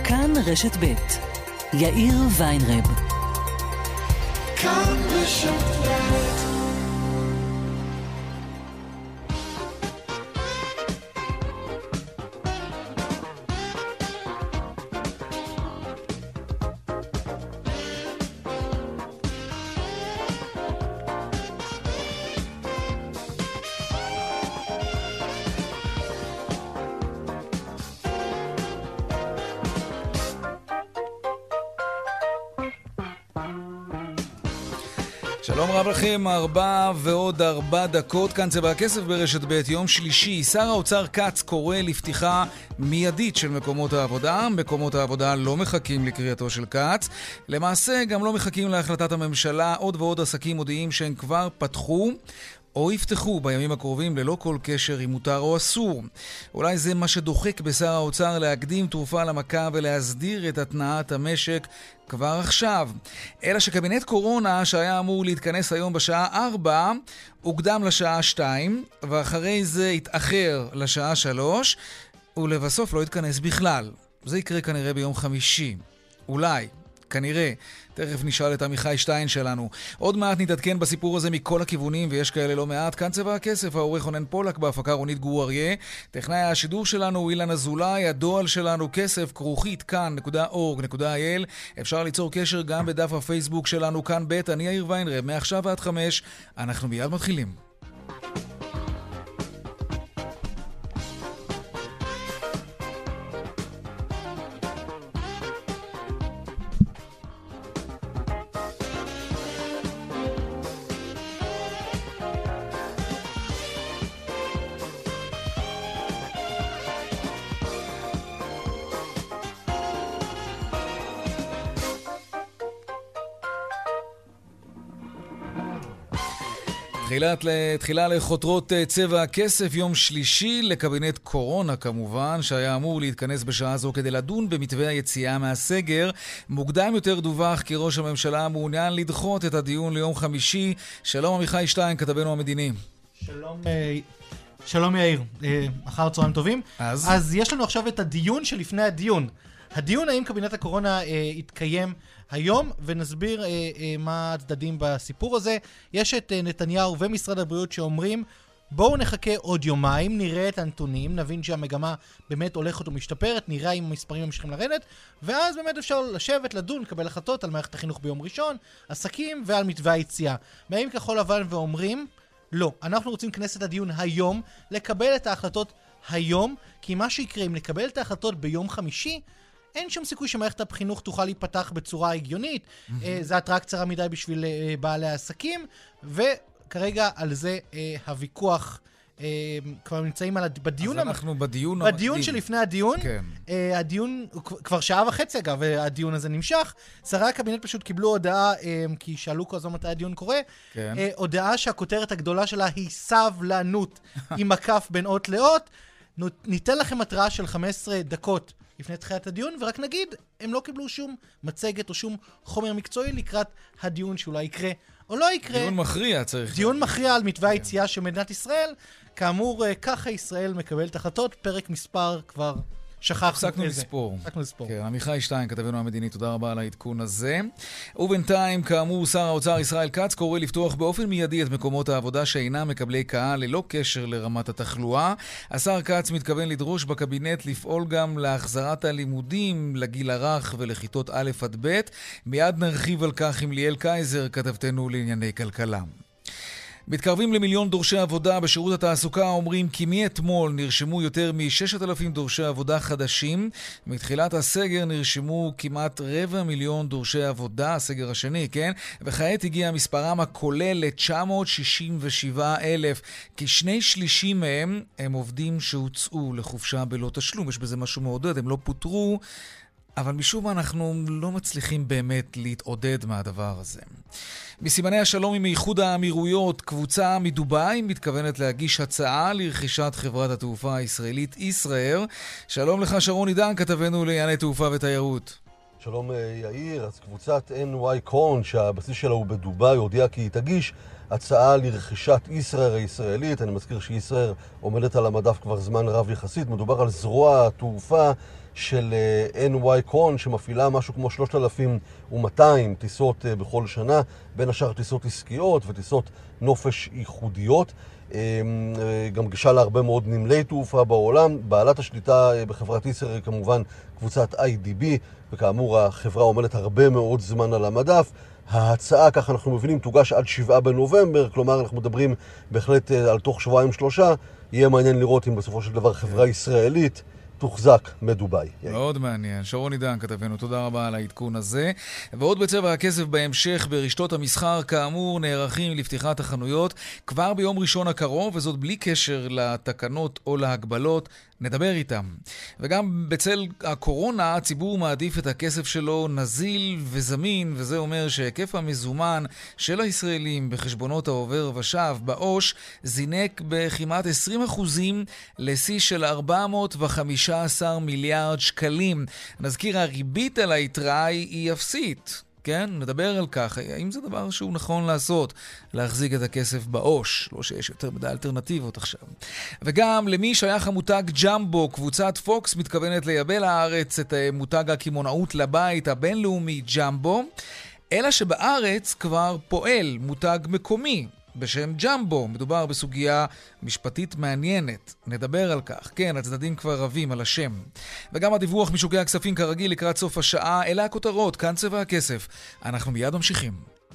כאן רשת ב' יאיר ויינרב. כאן רשת ב'. שלום רב לכם, 4:04 כאן צבע הכסף ברשת ב'. יום שלישי, שר האוצר כץ קורא לפתיחה מיידית של מקומות העבודה. מקומות העבודה לא מחכים לקריאתו של כץ, למעשה גם לא מחכים להחלטת הממשלה. עוד ועוד עסקים מודיעים שהם כבר פתחו או יפתחו בימים הקרובים ללא כל קשר אם מותר או אסור. אולי זה מה שדוחק בשר האוצר להקדים תרופה למכה ולהסדיר את התנעת המשק כבר עכשיו. אלא שקבינט קורונה שהיה אמור להתכנס היום בשעה 4 הוקדם לשעה 2 ואחרי זה התאחר לשעה 3 ולבסוף לא התכנס בכלל. זה יקרה כנראה ביום חמישי. אולי. כנראה. תכף נשאל את עמיחי שטיין שלנו. עוד מעט נתעדכן בסיפור הזה מכל הכיוונים, ויש כאלה לא מעט. כאן צבע הכסף, העורך רונן פולק, בהפקה רונית גור אריה. טכנאי השידור שלנו הוא אילן אזולאי, הדואל שלנו כסף@כאן.org.il. אפשר ליצור קשר גם בדף הפייסבוק שלנו כאן ב'. אני יאיר ויינרב, מעכשיו עד 5. אנחנו מיד מתחילים. תחילה לחותרות צבע הכסף, יום שלישי לקבינט קורונה כמובן, שהיה אמור להתכנס בשעה זו כדי לדון במתווה היציאה מהסגר. מוקדם יותר דווח כי ראש הממשלה מעוניין לדחות את הדיון ליום חמישי. שלום עמיחי שטיין, כתבנו המדיני. שלום יאיר, אחר צהריים טובים. אז יש לנו עכשיו את הדיון שלפני הדיון. הדיון האם קבינט הקורונה יתקיים היום, ונסביר מה הצדדים בסיפור הזה. יש את נתניהו ומשרד הבריאות שאומרים, בואו נחכה עוד יומיים, נראה את הנתונים, נבין שהמגמה באמת הולכת ומשתפרת, נראה אם המספרים ממשיכים לרדת, ואז באמת אפשר לשבת, לדון, לקבל החלטות על מערכת החינוך ביום ראשון, עסקים ועל מתווה היציאה. באים כחול לבן ואומרים, לא, אנחנו רוצים לכנס את הדיון היום, לקבל את ההחלטות היום, כי מה שיקרה אם לקבל את ההחלטות ביום חמישי, אין שום סיכוי שמערכת החינוך תוכל להיפתח בצורה הגיונית. זה התראה קצרה מדי בשביל בעלי העסקים, וכרגע על זה הוויכוח כבר נמצאים בדיון. אז אנחנו בדיון שלפני הדיון. כן. הדיון, כבר שעה וחצי אגב, הדיון הזה נמשך. שרי הקבינט פשוט קיבלו הודעה, כי שאלו כל הזמן מתי הדיון קורה, כן. הודעה שהכותרת הגדולה שלה היא סבלנות, עם מקף בין אות לאות. ניתן לכם התראה של 15 דקות לפני תחילת הדיון, ורק נגיד, הם לא קיבלו שום מצגת או שום חומר מקצועי לקראת הדיון שאולי יקרה או לא יקרה. דיון מכריע צריך. דיון מכריע על מתווה היציאה של מדינת ישראל. כאמור, ככה ישראל מקבלת החלטות, פרק מספר כבר שכחנו. הפסקנו לספור. כן, עמיחי שטיין, כתבנו המדיני, תודה רבה על העדכון הזה. ובינתיים, כאמור, שר האוצר ישראל כץ קורא לפתוח באופן מיידי את מקומות העבודה שאינם מקבלי קהל ללא קשר לרמת התחלואה. השר כץ מתכוון לדרוש בקבינט לפעול גם להחזרת הלימודים לגיל הרך ולכיתות א' עד ב'. מיד נרחיב על כך עם ליאל קייזר, כתבתנו לענייני כלכלה. מתקרבים למיליון דורשי עבודה בשירות התעסוקה. אומרים כי מאתמול נרשמו יותר מ-6,000 דורשי עבודה חדשים. מתחילת הסגר נרשמו כמעט 250,000 דורשי עבודה, הסגר השני, כן? וכעת הגיע מספרם הכולל ל-967,000. כ2/3 מהם הם עובדים שהוצאו לחופשה בלא תשלום. יש בזה משהו מעודד, הם לא פוטרו, אבל משום מה אנחנו לא מצליחים באמת להתעודד מהדבר הזה. מסימני השלום עם איחוד האמירויות, קבוצה מדובאי מתכוונת להגיש הצעה לרכישת חברת התעופה הישראלית ישראייר. שלום לך שרון עידן, כתבנו לענייני תעופה ותיירות. שלום יאיר, אז קבוצת NY Cohn שהבסיס שלה הוא בדובאי הודיעה כי היא תגיש הצעה לרכישת ישראייר הישראלית. אני מזכיר שישראייר עומדת על המדף כבר זמן רב יחסית. מדובר על זרוע התעופה של NY Con, שמפעילה משהו כמו 3,200 טיסות בכל שנה, בין השאר טיסות עסקיות וטיסות נופש ייחודיות. גם גישה להרבה מאוד נמלי תעופה בעולם. בעלת השליטה בחברת ישראייר כמובן קבוצת IDB, וכאמור החברה עומדת הרבה מאוד זמן על המדף. ההצעה, כך אנחנו מבינים, תוגש עד 7 בנובמבר, כלומר אנחנו מדברים בהחלט על תוך 2-3, יהיה מעניין לראות אם בסופו של דבר חברה ישראלית תוחזק מדוביי. מאוד מעניין. שרון עידן כתבנו, תודה רבה על העדכון הזה. ועוד בצבע הכסף בהמשך, ברשתות המסחר כאמור נערכים לפתיחת החנויות כבר ביום ראשון הקרוב, וזאת בלי קשר לתקנות או להגבלות. נדבר איתם. וגם בצל הקורונה הציבור מעדיף את הכסף שלו נזיל וזמין, וזה אומר שהיקף המזומן של הישראלים בחשבונות העובר ושב בעו"ש זינק בכמעט 20% לשיא של 415 מיליארד שקלים. נזכיר, הריבית על היתרה היא אפסית. כן, נדבר על כך. האם זה דבר שהוא נכון לעשות, להחזיק את הכסף בעו"ש? לא שיש יותר מדי אלטרנטיבות עכשיו. וגם למי שייך המותג ג'מבו, קבוצת פוקס מתכוונת לייבא לארץ את מותג הכימונאות לבית הבינלאומי ג'מבו, אלא שבארץ כבר פועל מותג מקומי בשם ג'מבו. מדובר בסוגיה משפטית מעניינת. נדבר על כך. כן, הצדדים כבר רבים על השם. וגם הדיווח משוקי הכספים כרגיל לקראת סוף השעה. אלה הכותרות, כאן צבע הכסף. אנחנו מיד ממשיכים.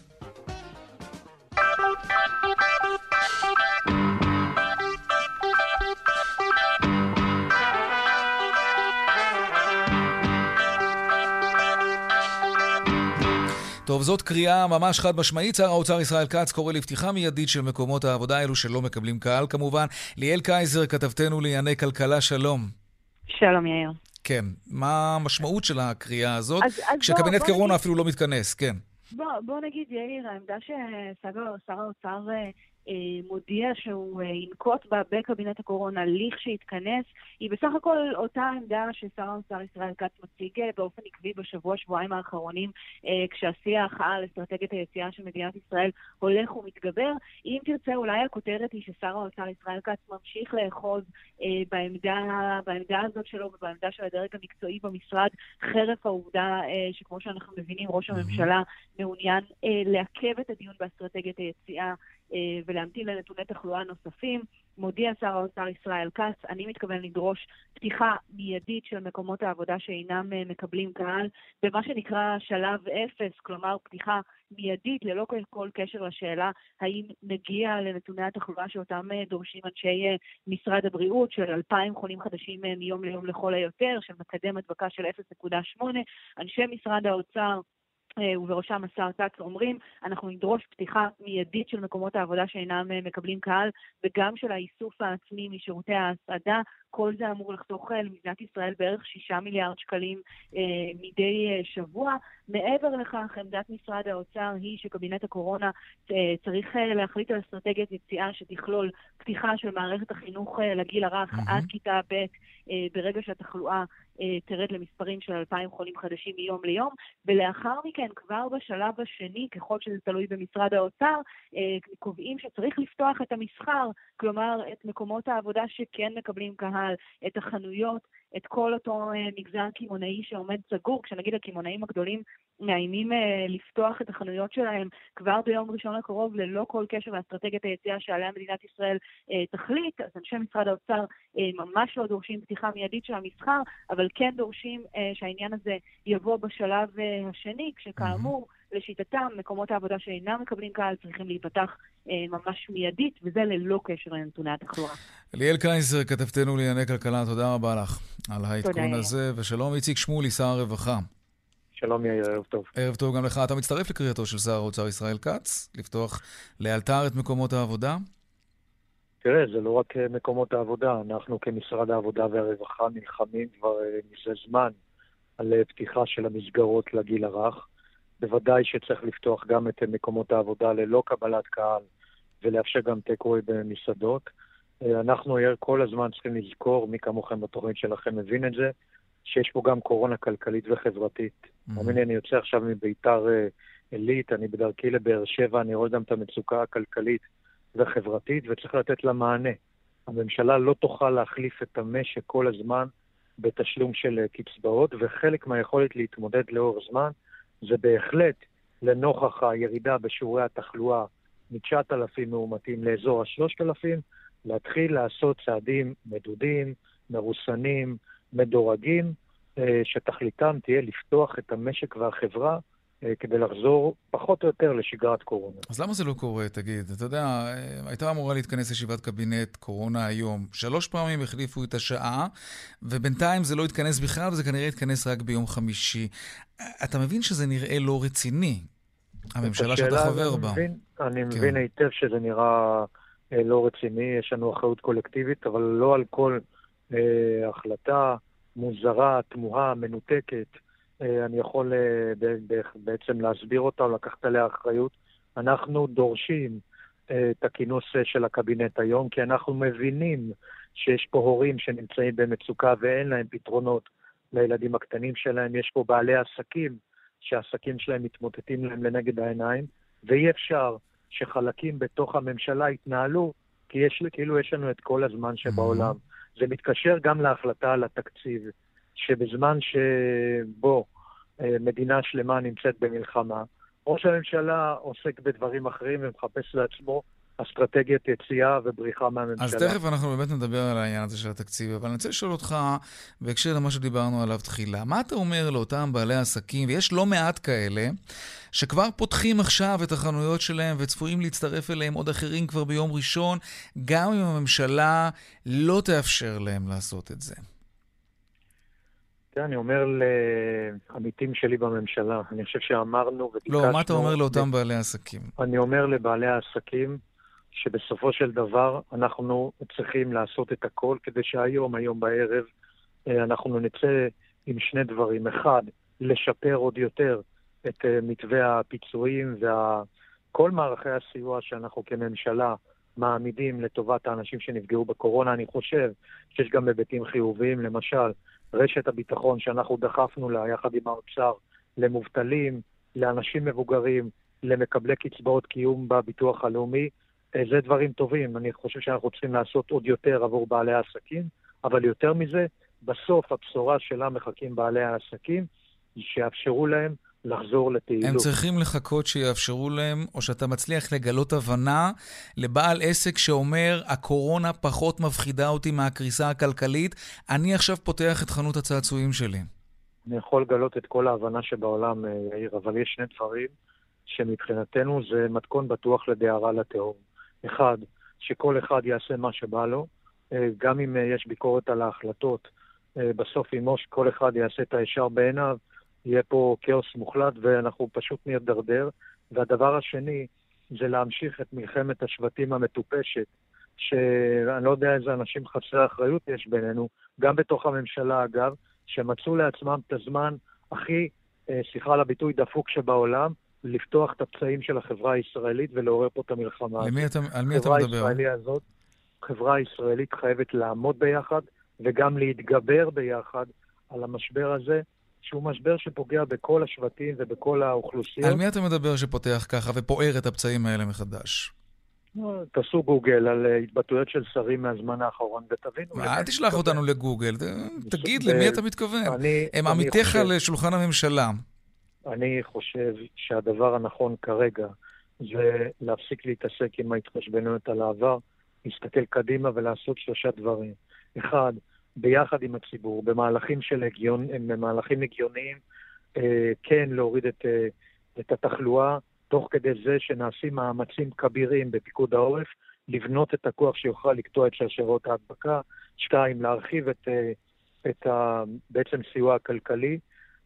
טוב, זאת קריאה ממש חד משמעית. שר האוצר ישראל כץ קורא לפתיחה מיידית של מקומות העבודה, אלו שלא מקבלים קהל כמובן. ליאל קייזר, כתבתנו לענייני כלכלה, שלום. שלום יאיר. כן, מה המשמעות של הקריאה הזאת? כשקבינט קורונה אפילו לא מתכנס, כן. בוא נגיד יאיר, העמדה ששר האוצר מודיע שהוא ינקוט בה בקבינט הקורונה שיתכנס, היא בסך הכל אותה עמדה ששר האוצר ישראל כץ מציג באופן עקבי בשבוע-שבועיים האחרונים, כשהשיח על אסטרטגיית היציאה של מדינת ישראל הולך ומתגבר. אם תרצה, אולי הכותרת היא ששר האוצר ישראל כץ ממשיך לאחוז בעמדה הזאת שלו ובעמדה של הדרג המקצועי במשרד, חרף העובדה שכמו שאנחנו מבינים ראש הממשלה מעוניין לעכב את הדיון באסטרטגיית היציאה ולהמתין לנתוני תחלואה נוספים. מודיע שר האוצר ישראל כץ, אני מתכוון לדרוש פתיחה מיידית של מקומות העבודה שאינם מקבלים קהל, במה שנקרא שלב 0, כלומר פתיחה מיידית ללא כל קשר לשאלה האם נגיע לנתוני התחלואה שאותם דורשים אנשי משרד הבריאות של 2,000 חולים חדשים מיום ליום לכל היותר, של מקדם הדבקה של 0.8. אנשי משרד האוצר ובראשם השר כץ אומרים, אנחנו נדרוש פתיחה מיידית של מקומות העבודה שאינם מקבלים קהל, וגם של האיסוף העצמי משירותי ההסעדה. כל זה אמור לחסוך למדינת ישראל בערך 6 מיליארד שקלים מדי שבוע. מעבר לכך, עמדת משרד האוצר היא שקבינט הקורונה צריך להחליט על אסטרטגיית יציאה שתכלול פתיחה של מערכת החינוך לגיל הרך עד כיתה ב' ברגע שהתחלואה תרד למספרים של 2,000 חולים חדשים מיום ליום, ולאחר מכן כבר בשלב השני, ככל שזה תלוי במשרד האוצר, קובעים שצריך לפתוח את המסחר, כלומר את מקומות העבודה שכן מקבלים קהל, את החנויות, את כל אותו מגזר כימונאי שעומד סגור. כשנגיד הכימונאים הגדולים מאיימים לפתוח את החנויות שלהם כבר ביום ראשון הקרוב ללא כל קשר לאסטרטגיית היציאה שעליה מדינת ישראל תחליט, אז אנשי משרד האוצר ממש לא דורשים פתיחה מיידית של המסחר, אבל כן דורשים שהעניין הזה יבוא בשלב השני, כשכאמור לשיטתם מקומות העבודה שאינם מקבלים קהל צריכים להיפתח ממש מיידית, וזה ללא קשר לנתוני התחלואה. ליאל קייזר, כתבתנו לענייני כלכלה, תודה רבה לך על העדכון הזה, ושלום איציק שמולי, שר הרווחה. שלום יאיר, ערב טוב. ערב טוב גם לך. אתה מצטרף לקריאתו של שר האוצר ישראל כץ לפתוח לאלתר את מקומות העבודה? תראה, זה לא רק מקומות העבודה, אנחנו כמשרד העבודה והרווחה נלחמים כבר מזה זמן על פתיחה של המסגרות לגיל הרך. בוודאי שצריך לפתוח גם את מקומות העבודה ללא קבלת קהל ולאפשר גם טייק-אווי במסעדות. אנחנו כל הזמן צריכים לזכור, מי כמוכם בתוכנית שלכם מבין את זה, שיש פה גם קורונה כלכלית וחברתית. אני יוצא עכשיו מביתר עילית, אני בדרכי לבאר שבע, אני רואה גם את המצוקה הכלכלית וחברתית, וצריך לתת לה מענה. הממשלה לא תוכל להחליף את המשק כל הזמן בתשלום של קצבאות, וחלק מהיכולת להתמודד לאורך זמן זה בהחלט לנוכח הירידה בשיעורי התחלואה מ-9,000 מאומתים לאזור ה-3,000, להתחיל לעשות צעדים מדודים, מרוסנים, מדורגים, שתכליתם תהיה לפתוח את המשק והחברה כדי לחזור פחות או יותר לשגרת קורונה. אז למה זה לא קורה, תגיד? אתה יודע, הייתה אמורה להתכנס ישיבת קבינט קורונה היום. 3 פעמים החליפו את השעה, ובינתיים זה לא התכנס בכלל, וזה כנראה התכנס רק ביום חמישי. אתה מבין שזה נראה לא רציני, הממשלה שאתה חבר בה. אני מבין היטב שזה נראה לא רציני, יש לנו אחריות קולקטיבית, אבל לא על כל החלטה מוזרה, תמוהה, מנותקת, אני יכול בעצם להסביר אותה או לקחת עליה אחריות. אנחנו דורשים את הכינוס של הקבינט היום, כי אנחנו מבינים שיש פה הורים שנמצאים במצוקה ואין להם פתרונות לילדים הקטנים שלהם. יש פה בעלי עסקים שהעסקים שלהם מתמוטטים להם לנגד העיניים, ואי אפשר שחלקים בתוך הממשלה יתנהלו, כי כאילו יש לנו את כל הזמן שבעולם. זה מתקשר גם להחלטה על התקציב, שבזמן שבו מדינה שלמה נמצאת במלחמה, ראש הממשלה עוסק בדברים אחרים ומחפש לעצמו אסטרטגיית יציאה ובריחה מהממשלה. אז תכף אנחנו באמת נדבר על העניין הזה של התקציב, אבל אני רוצה לשאול אותך, בהקשר למה שדיברנו עליו תחילה, מה אתה אומר לאותם בעלי עסקים, ויש לא מעט כאלה, שכבר פותחים עכשיו את החנויות שלהם וצפויים להצטרף אליהם עוד אחרים כבר ביום ראשון, גם אם הממשלה לא תאפשר להם לעשות את זה? אני אומר לעמיתים שלי בממשלה, אני חושב שאמרנו וביקשנו... לא, מה אתה אומר לאותם בעלי עסקים? אני אומר לבעלי העסקים שבסופו של דבר אנחנו צריכים לעשות את הכל כדי שהיום בערב, אנחנו נצא עם 2 דברים. אחד, לשפר עוד יותר את מתווה הפיצויים וכל מערכי הסיוע שאנחנו כממשלה מעמידים לטובת האנשים שנפגעו בקורונה. אני חושב שיש גם היבטים חיוביים, למשל, רשת הביטחון שאנחנו דחפנו לה יחד עם האוצר למובטלים, לאנשים מבוגרים, למקבלי קצבאות קיום בביטוח הלאומי. זה דברים טובים. אני חושב שאנחנו צריכים לעשות עוד יותר עבור בעלי העסקים, אבל יותר מזה, בסוף הבשורה שלה מחכים בעלי העסקים, שיאפשרו להם לחזור לפעילות. הם צריכים לחכות שיאפשרו להם, או שאתה מצליח לגלות הבנה לבעל עסק שאומר, הקורונה פחות מפחידה אותי מהקריסה הכלכלית, אני עכשיו פותח את חנות הצעצועים שלי. אני יכול לגלות את כל ההבנה שבעולם, יאיר, אבל יש 2 דברים שמבחינתנו זה מתכון בטוח לדהרה לתהום. אחד, שכל אחד יעשה מה שבא לו, גם אם יש ביקורת על ההחלטות, בסוף אם כל אחד יעשה את הישר בעיניו, יהיה פה כאוס מוחלט ואנחנו פשוט נדרדר. והדבר השני זה להמשיך את מלחמת השבטים המטופשת, שאני לא יודע איזה אנשים חסרי אחריות יש בינינו, גם בתוך הממשלה אגב, שמצאו לעצמם את הזמן הכי, סליחה על הביטוי, דפוק שבעולם, לפתוח את הפצעים של החברה הישראלית ולעורר פה את המלחמה. על מי אתה מדבר? החברה הישראלית חייבת לעמוד ביחד וגם להתגבר ביחד על המשבר הזה, שהוא משבר שפוגע בכל השבטים ובכל האוכלוסיות. על מי אתה מדבר שפותח ככה ופוער את הפצעים האלה מחדש? תעשו גוגל על התבטאויות של שרים מהזמן האחרון ותבינו. אל תשלח אותנו לגוגל, תגיד למי אתה מתכוון. הם עמיתיך לשולחן הממשלה. אני חושב שהדבר הנכון כרגע זה להפסיק להתעסק עם ההתחשבנויות על העבר, להסתכל קדימה ולעשות 3 דברים. אחד, ביחד עם הציבור, במהלכים הגיוניים, כן להוריד את התחלואה, תוך כדי זה שנעשים מאמצים כבירים בפיקוד העורף, לבנות את הכוח שיוכל לקטוע את שרשרות ההדבקה. 2, להרחיב את בעצם סיוע הכלכלי,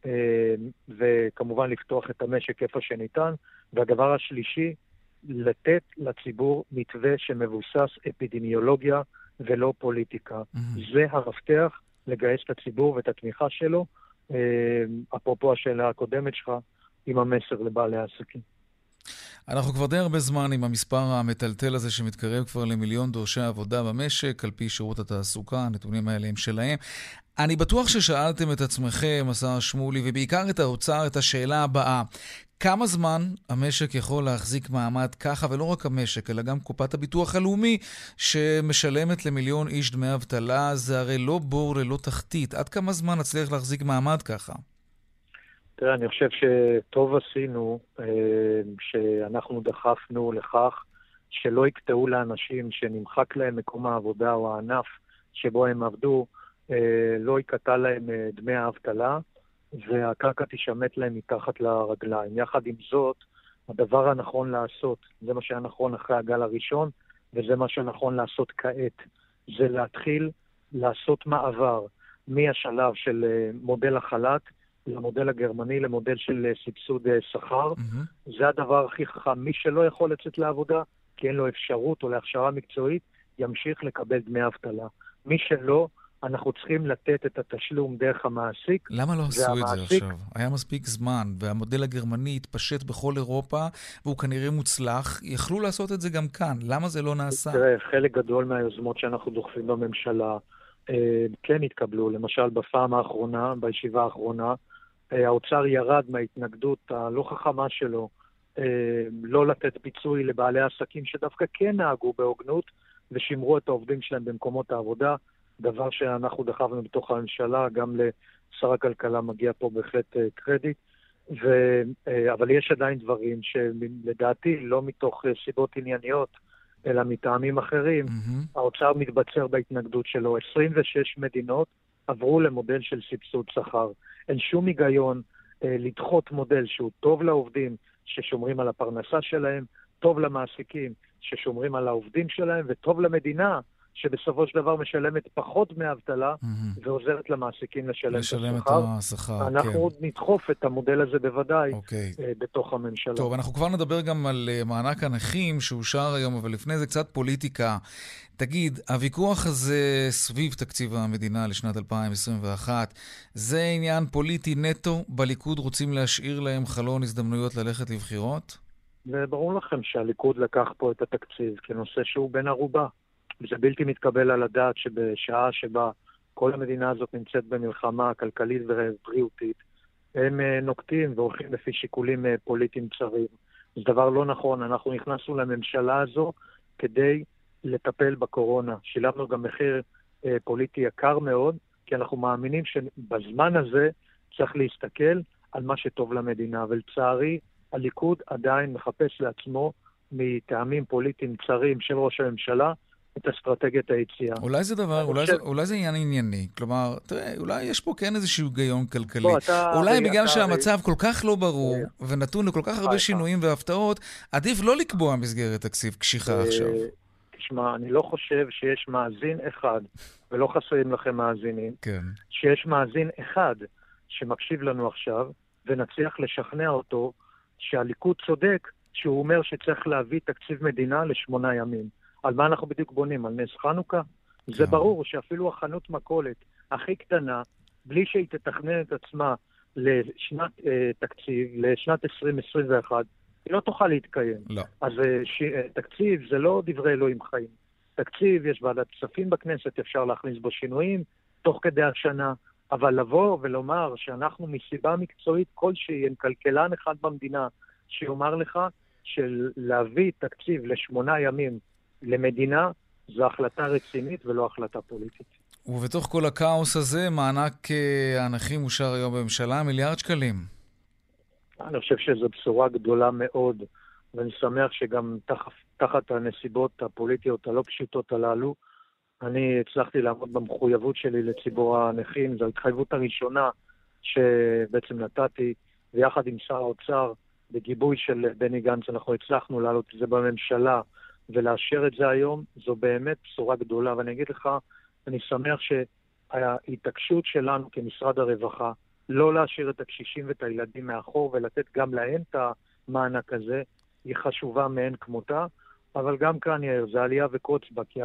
וכמובן לפתוח את המשק איפה שניתן. והדבר השלישי, לתת לציבור מתווה שמבוסס אפידמיולוגיה ולא פוליטיקה. זה המפתח לגייס את הציבור ואת התמיכה שלו, אפרופו השאלה הקודמת שלך, עם המסר לבעלי העסקים. אנחנו כבר די הרבה זמן עם המספר המטלטל הזה שמתקרב כבר ל1,000,000 דורשי עבודה במשק, על פי שירות התעסוקה, הנתונים האלה הם שלהם. אני בטוח ששאלתם את עצמכם, השר שמולי, ובעיקר את האוצר, את השאלה הבאה. כמה זמן המשק יכול להחזיק מעמד ככה, ולא רק המשק, אלא גם קופת הביטוח הלאומי, שמשלמת למיליון איש דמי אבטלה, זה הרי לא בור ללא תחתית. עד כמה זמן נצליח להחזיק מעמד ככה? תראה, אני חושב שטוב עשינו שאנחנו דחפנו לכך שלא יקטעו לאנשים שנמחק להם מקום העבודה או הענף שבו הם עבדו, לא יקטע להם דמי האבטלה, והקרקע תשמט להם מתחת לרגליים. יחד עם זאת, הדבר הנכון לעשות, זה מה שהיה נכון אחרי הגל הראשון, וזה מה שנכון לעשות כעת, זה להתחיל לעשות מעבר מהשלב של מודל החל"ת, למודל הגרמני, למודל של סבסוד שכר. זה הדבר הכי חכם. מי שלא יכול לצאת לעבודה, כי אין לו אפשרות או להכשרה מקצועית, ימשיך לקבל דמי אבטלה. מי שלא, אנחנו צריכים לתת את התשלום דרך המעסיק. למה לא עשו את זה עכשיו? היה מספיק זמן, והמודל הגרמני התפשט בכל אירופה, והוא כנראה מוצלח. יכלו לעשות את זה גם כאן. למה זה לא נעשה? תראה, חלק גדול מהיוזמות שאנחנו דוחפים בממשלה, כן התקבלו. למשל, בפעם האחרונה, בישיבה האחרונה, האוצר ירד מההתנגדות הלא חכמה שלו, לא לתת פיצוי לבעלי עסקים שדווקא כן נהגו בהוגנות, ושימרו את העובדים שלהם במקומות העבודה, דבר שאנחנו דחפנו בתוך הממשלה, גם לשר הכלכלה מגיע פה בהחלט קרדיט, אבל יש עדיין דברים שלדעתי לא מתוך סיבות ענייניות, אלא מטעמים אחרים, האוצר מתבצר בהתנגדות שלו. 26 מדינות עברו למודל של סבסוד שכר. אין שום היגיון לדחות מודל שהוא טוב לעובדים ששומרים על הפרנסה שלהם, טוב למעסיקים ששומרים על העובדים שלהם, וטוב למדינה שבסופו של דבר משלמת פחות מאבטלה, ועוזרת למעסיקים לשלם את השכר. אנחנו נדחוף את המודל הזה בוודאי בתוך הממשלה. טוב, אנחנו כבר נדבר גם על מענק הנכים שאושר היום, אבל לפני זה קצת פוליטיקה. תגיד, הוויכוח הזה סביב תקציב המדינה לשנת 2021, זה עניין פוליטי נטו? בליכוד רוצים להשאיר להם חלון הזדמנויות ללכת לבחירות? וברור לכם שהליכוד לקח פה את התקציב כנושא שהוא בין ערובה. וזה בלתי מתקבל על הדעת שבשעה שבה כל המדינה הזאת נמצאת במלחמה כלכלית ובריאותית, הם נוקטים והולכים לפי שיקולים פוליטיים צרים. זה דבר לא נכון. אנחנו נכנסנו לממשלה הזו כדי לטפל בקורונה. שילמנו גם מחיר פוליטי יקר מאוד, כי אנחנו מאמינים שבזמן הזה צריך להסתכל על מה שטוב למדינה. ולצערי, הליכוד עדיין מחפש לעצמו מטעמים פוליטיים צרים של ראש הממשלה, את אסטרטגיית היציאה. אולי זה עניין ענייני. כלומר, תראה, אולי יש פה כן איזשהו היגיון כלכלי. אולי בגלל שהמצב כל כך לא ברור, ונתון לכל כך הרבה שינויים והפתעות, עדיף לא לקבוע מסגרת תקציב קשיחה עכשיו. תשמע, אני לא חושב שיש מאזין אחד, ולא חסרים לכם מאזינים, שיש מאזין אחד שמקשיב לנו עכשיו, ונצליח לשכנע אותו שהליכוד צודק, שהוא אומר שצריך להביא תקציב מדינה ל8 ימים. על מה אנחנו בדיוק בונים? על נס חנוכה? זה ברור שאפילו החנות מכולת הכי קטנה, בלי שהיא תתכנן את עצמה לשנת תקציב, לשנת 2021, היא לא תוכל להתקיים. לא. אז תקציב זה לא דברי אלוהים חיים. תקציב, יש ועדת כספים בכנסת, אפשר להכניס בו שינויים תוך כדי השנה, אבל לבוא ולומר שאנחנו מסיבה מקצועית כלשהי, עם כלכלן אחד במדינה, שיאמר לך של להביא תקציב ל8 ימים למדינה, זו החלטה רצינית ולא החלטה פוליטית. ובתוך כל הכאוס הזה, מענק הנכים אושר היום בממשלה, 1 מיליארד שקלים. אני חושב שזו בשורה גדולה מאוד, ואני שמח שגם תחת הנסיבות הפוליטיות הלא פשוטות הללו, אני הצלחתי לעמוד במחויבות שלי לציבור הנכים. זו ההתחייבות הראשונה שבעצם נתתי, ויחד עם שר האוצר, בגיבוי של בני גנץ, אנחנו הצלחנו לעלות את זה בממשלה, ולאשר את זה היום. זו באמת בשורה גדולה, ואני אגיד לך, אני שמח שההתעקשות שלנו כמשרד הרווחה, לא להשאיר את הקשישים ואת הילדים מאחור, ולתת גם להם את המענק הזה, היא חשובה מאין כמותה, אבל גם כאן זה עלייה וקוץ בה, כי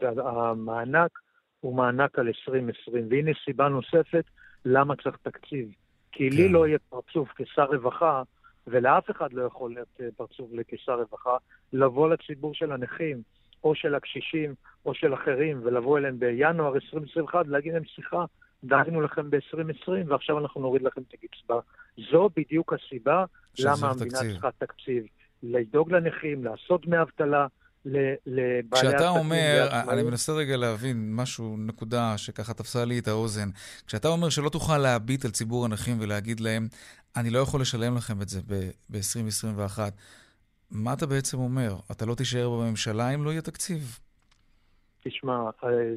המענק הוא מענק על 2020, והנה סיבה נוספת למה צריך תקציב. כי לי לא יהיה פרצוף כשר רווחה, ולאף אחד לא יכול להיות פרצוף כשר רווחה, לבוא לציבור של הנכים, או של הקשישים, או של אחרים, ולבוא אליהם בינואר 2021, להגיד להם, סליחה, דאגנו לכם ב-2020, ועכשיו אנחנו נוריד לכם את הקצבה. זו בדיוק הסיבה למה המדינה צריכה תקציב. לדאוג לנכים, לעשות דמי אבטלה, לבעלי כשאתה אומר, לעצמאים. אני מנסה רגע להבין משהו, נקודה שככה תפסה לי את האוזן. כשאתה אומר שלא תוכל להביט על ציבור הנכים ולהגיד להם, אני לא יכול לשלם לכם את זה ב-2021, מה אתה בעצם אומר? אתה לא תישאר בממשלה אם לא יהיה תקציב? תשמע,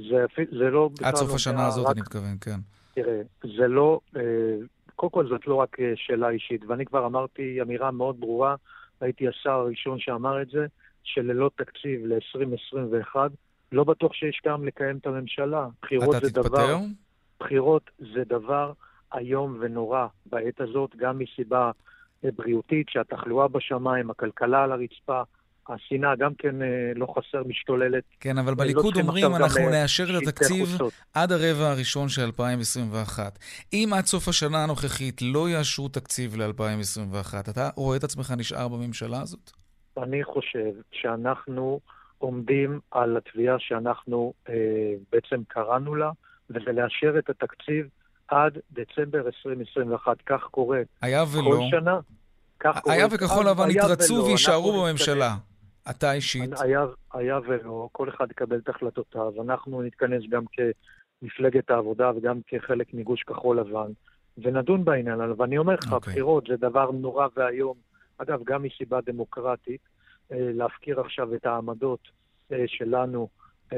זה לא... עד סוף השנה הזאת אני מתכוון, כן. תראה, זה לא... קודם כל זאת לא רק שאלה אישית, ואני כבר אמרתי אמירה מאוד ברורה, הייתי השר הראשון שאמר את זה, שללא תקציב ל-2021, לא בטוח שיש טעם לקיים את הממשלה. אתה תתפטר? בחירות זה דבר איום ונורא בעת הזאת, גם מסיבה בריאותית, שהתחלואה בשמיים, הכלכלה על הרצפה, השנאה גם כן לא חסר משתוללת. כן, אבל בליכוד אומרים, אנחנו נאשר את התקציב עד הרבע הראשון של 2021. אם עד סוף השנה הנוכחית לא יאשרו תקציב ל-2021, אתה רואה את עצמך נשאר בממשלה הזאת? אני חושב שאנחנו עומדים על התביעה שאנחנו בעצם קראנו לה, וזה לאשר את התקציב עד דצמבר 2021. כך קורה כל שנה. היה וכחול לבן יתרצו וישארו בממשלה. אתה אישית? היה ולא, כל אחד יקבל את החלטותיו. אנחנו נתכנס גם כמפלגת העבודה וגם כחלק מגוש כחול לבן, ונדון בעניין. ואני אומר לך, בחירות זה דבר נורא והיום, אגב, גם מסיבה דמוקרטית, להפקיר עכשיו את העמדות שלנו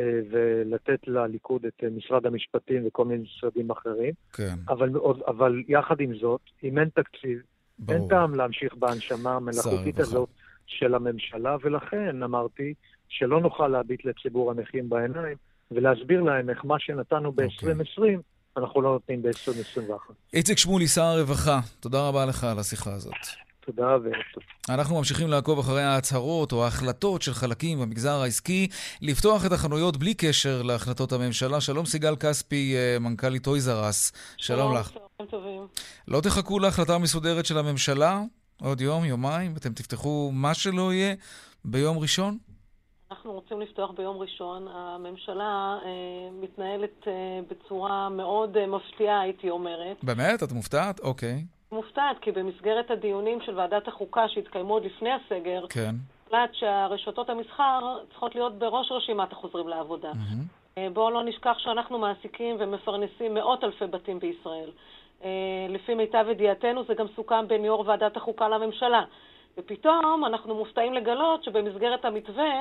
ולתת לליכוד את משרד המשפטים וכל מיני משרדים אחרים. כן. אבל יחד עם זאת, אם אין תקציב, אין טעם להמשיך בהנשמה המלאכותית הזאת של הממשלה, ולכן אמרתי שלא נוכל להביט לציבור הנכים בעיניים ולהסביר להם איך מה שנתנו ב-2020 אנחנו לא נותנים ב-2021. איציק שמולי, שר הרווחה, תודה רבה לך על השיחה הזאת. תודה וערב. אנחנו ממשיכים לעקוב אחרי ההצהרות או ההחלטות של חלקים במגזר העסקי לפתוח את החנויות בלי קשר להחלטות הממשלה. שלום סיגל כספי, מנכ"לית טויז אר אס. שלום לך. טובים. לא תחכו להחלטה מסודרת של הממשלה? עוד יום, יומיים, אתם תפתחו מה שלא יהיה ביום ראשון? אנחנו רוצים לפתוח ביום ראשון. הממשלה מתנהלת בצורה מאוד מפתיעה, הייתי אומרת. באמת? את מופתעת? אוקיי. מופתעת, כי במסגרת הדיונים של ועדת החוקה שהתקיימו עוד לפני הסגר, כן. החלט שהרשתות המסחר צריכות להיות בראש רשימת החוזרים לעבודה. בואו לא נשכח שאנחנו מעסיקים ומפרנסים מאות אלפי בתים בישראל. לפי מיטב ידיעתנו זה גם סוכם בין יו"ר ועדת החוקה לממשלה. ופתאום אנחנו מופתעים לגלות שבמסגרת המתווה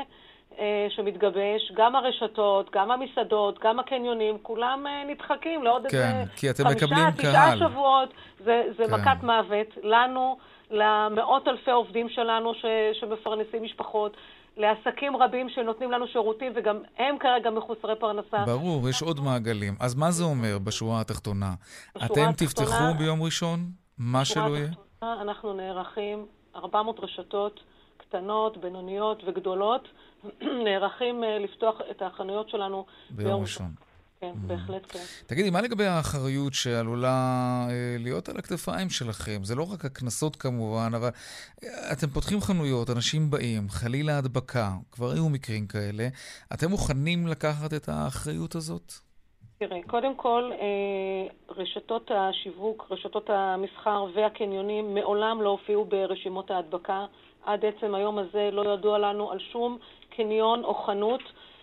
שמתגבש, גם הרשתות, גם המסעדות, גם הקניונים, כולם נדחקים לעוד כן, איזה 5-9 שבועות. זה מכת מוות לנו, למאות אלפי עובדים שלנו שמפרנסים משפחות, לעסקים רבים שנותנים לנו שירותים, וגם הם כרגע מחוסרי פרנסה. ברור, יש עוד מעגלים. אז מה זה אומר בשורה התחתונה? אתם תפתחו ביום ראשון? מה שלא יהיה? אנחנו נערכים, 400 רשתות קטנות, בינוניות וגדולות, נערכים לפתוח את החנויות שלנו ביום ראשון. כן, בהחלט כן. תגידי, מה לגבי האחריות שעלולה להיות על הכתפיים שלכם? זה לא רק הכנסות כמובן, אבל אתם פותחים חנויות, אנשים באים, חלילה הדבקה, כבר היו מקרים כאלה. אתם מוכנים לקחת את האחריות הזאת? תראה, קודם כל, רשתות השיווק, רשתות המסחר והקניונים מעולם לא הופיעו ברשימות ההדבקה. עד עצם היום הזה לא ידוע לנו על שום קניון או חנות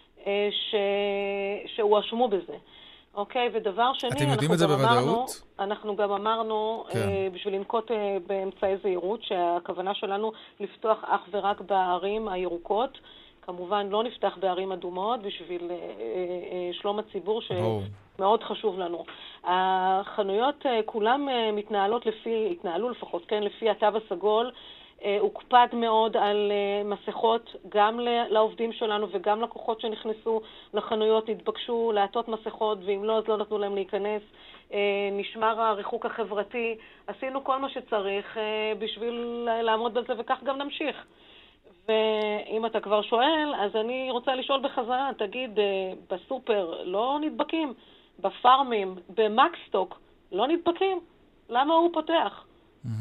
שהואשמו בזה. אוקיי, ודבר שני, אתם יודעים את זה בוודאות? אנחנו גם אמרנו, בשביל לנקוט באמצעי זהירות, שהכוונה שלנו לפתוח אך ורק בערים הירוקות. כמובן לא נפתח בערים אדומות בשביל שלום הציבור שמאוד חשוב לנו. החנויות כולם התנהלו לפחות, כן, לפי התו הסגול. הוקפד מאוד על מסכות, גם לעובדים שלנו וגם לקוחות שנכנסו לחנויות נתבקשו לעטות מסכות, ואם לא אז לא נתנו להם להיכנס. נשמר הריחוק החברתי, עשינו כל מה שצריך בשביל לעמוד בזה, וכך גם נמשיך. ואם אתה כבר שואל, אז אני רוצה לשאול בחזרה, תגיד, בסופר לא נדבקים, בפארמים, במקסטוק לא נדבקים, למה הוא פותח?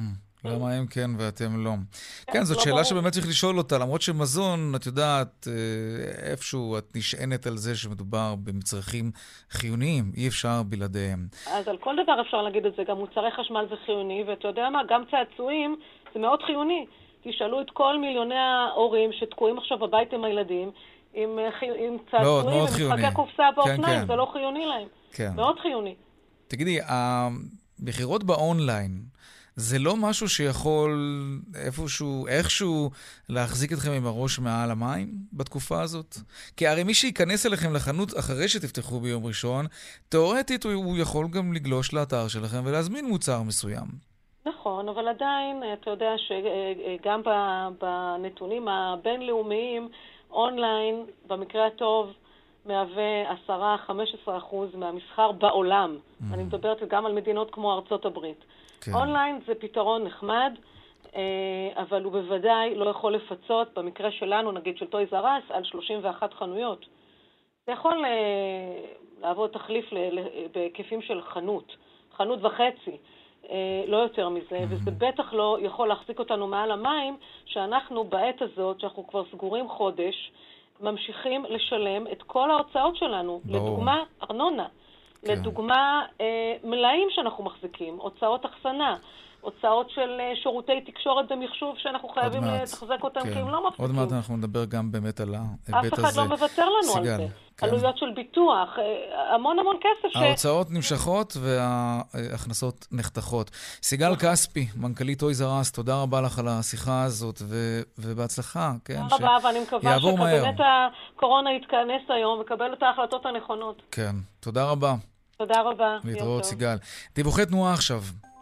למה הם כן ואתם לא? כן, זאת שאלה שבאמת צריך לשאול אותה, למרות שמזון, את יודעת, איפשהו את נשענת על זה שמדובר במצרכים חיוניים, אי אפשר בלעדיהם. אז על כל דבר אפשר להגיד את זה, גם מוצרי חשמל זה חיוני, ואתה יודע מה, גם צעצועים זה מאוד חיוני. תשאלו את כל מיליוני ההורים שתקועים עכשיו בבית עם הילדים, עם צעצועים, עם משחקי קופסה באופניים, זה לא חיוני להם. מאוד חיוני. תגידי, המחירות באונליין, זה לא משהו שיכול איכשהו להחזיק אתכם עם הראש מעל המים בתקופה הזאת? כי הרי מי שייכנס אליכם לחנות אחרי שתפתחו ביום ראשון, תיאורטית הוא יכול גם לגלוש לאתר שלכם ולהזמין מוצר מסוים. נכון, אבל עדיין, אתה יודע שגם בנתונים הבינלאומיים, אונליין, במקרה הטוב, מהווה 10-15% מהמסחר בעולם. אני מדברת גם על מדינות כמו ארצות הברית. אונליין זה פתרון נחמד, אבל הוא בוודאי לא יכול לפצות, במקרה שלנו, נגיד של טויז אר אס, על 31 חנויות. זה יכול לעבוד תחליף בהיקפים של חנות וחצי, לא יותר מזה, וזה בטח לא יכול להחזיק אותנו מעל המים, שאנחנו בעת הזאת, שאנחנו כבר סגורים חודש, ממשיכים לשלם את כל ההוצאות שלנו. לדוגמה, ארנונה. לדוגמה, מלאים שאנחנו מחזיקים, הוצאות אחסנה, הוצאות של שירותי תקשורת במחשוב שאנחנו חייבים לתחזק אותם כי הם לא מפסיקים. עוד מעט אנחנו נדבר גם באמת על ההיבט הזה. אף אחד לא מוותר לנו על זה. עלויות של ביטוח, המון כסף. ההוצאות נמשכות וההכנסות נחתכות. סיגל כספי, מנכ"לית טויז אר אס, תודה רבה לך על השיחה הזאת ובהצלחה. תודה רבה, ואני מקווה שקבינט הקורונה יתכנס היום וקבל את ההחלטות הנכונות. כן, תודה רבה. תודה רבה. להתראות סיגל. דיווחי תנועה עכשיו.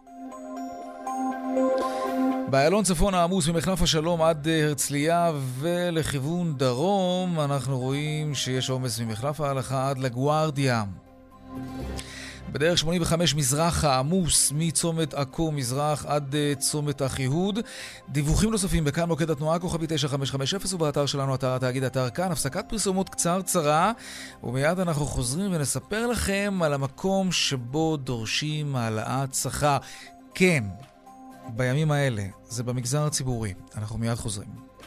באיילון צפון העמוס ממחלף השלום עד הרצליה ולכיוון דרום אנחנו רואים שיש עומס ממחלף ההלכה עד לגוארדיה. בדרך 85 מזרח העמוס מצומת עכו מזרח עד צומת אחיהוד. דיווחים נוספים בכאן מוקד התנועה כוכבי 9550 ובאתר שלנו אתר התאגיד אתר כאן. הפסקת פרסומות קצרה ומיד אנחנו חוזרים ונספר לכם על המקום שבו דורשים העלאת שכר. כן, בימים האלה, זה במגזר הציבורי. אנחנו מיד חוזרים.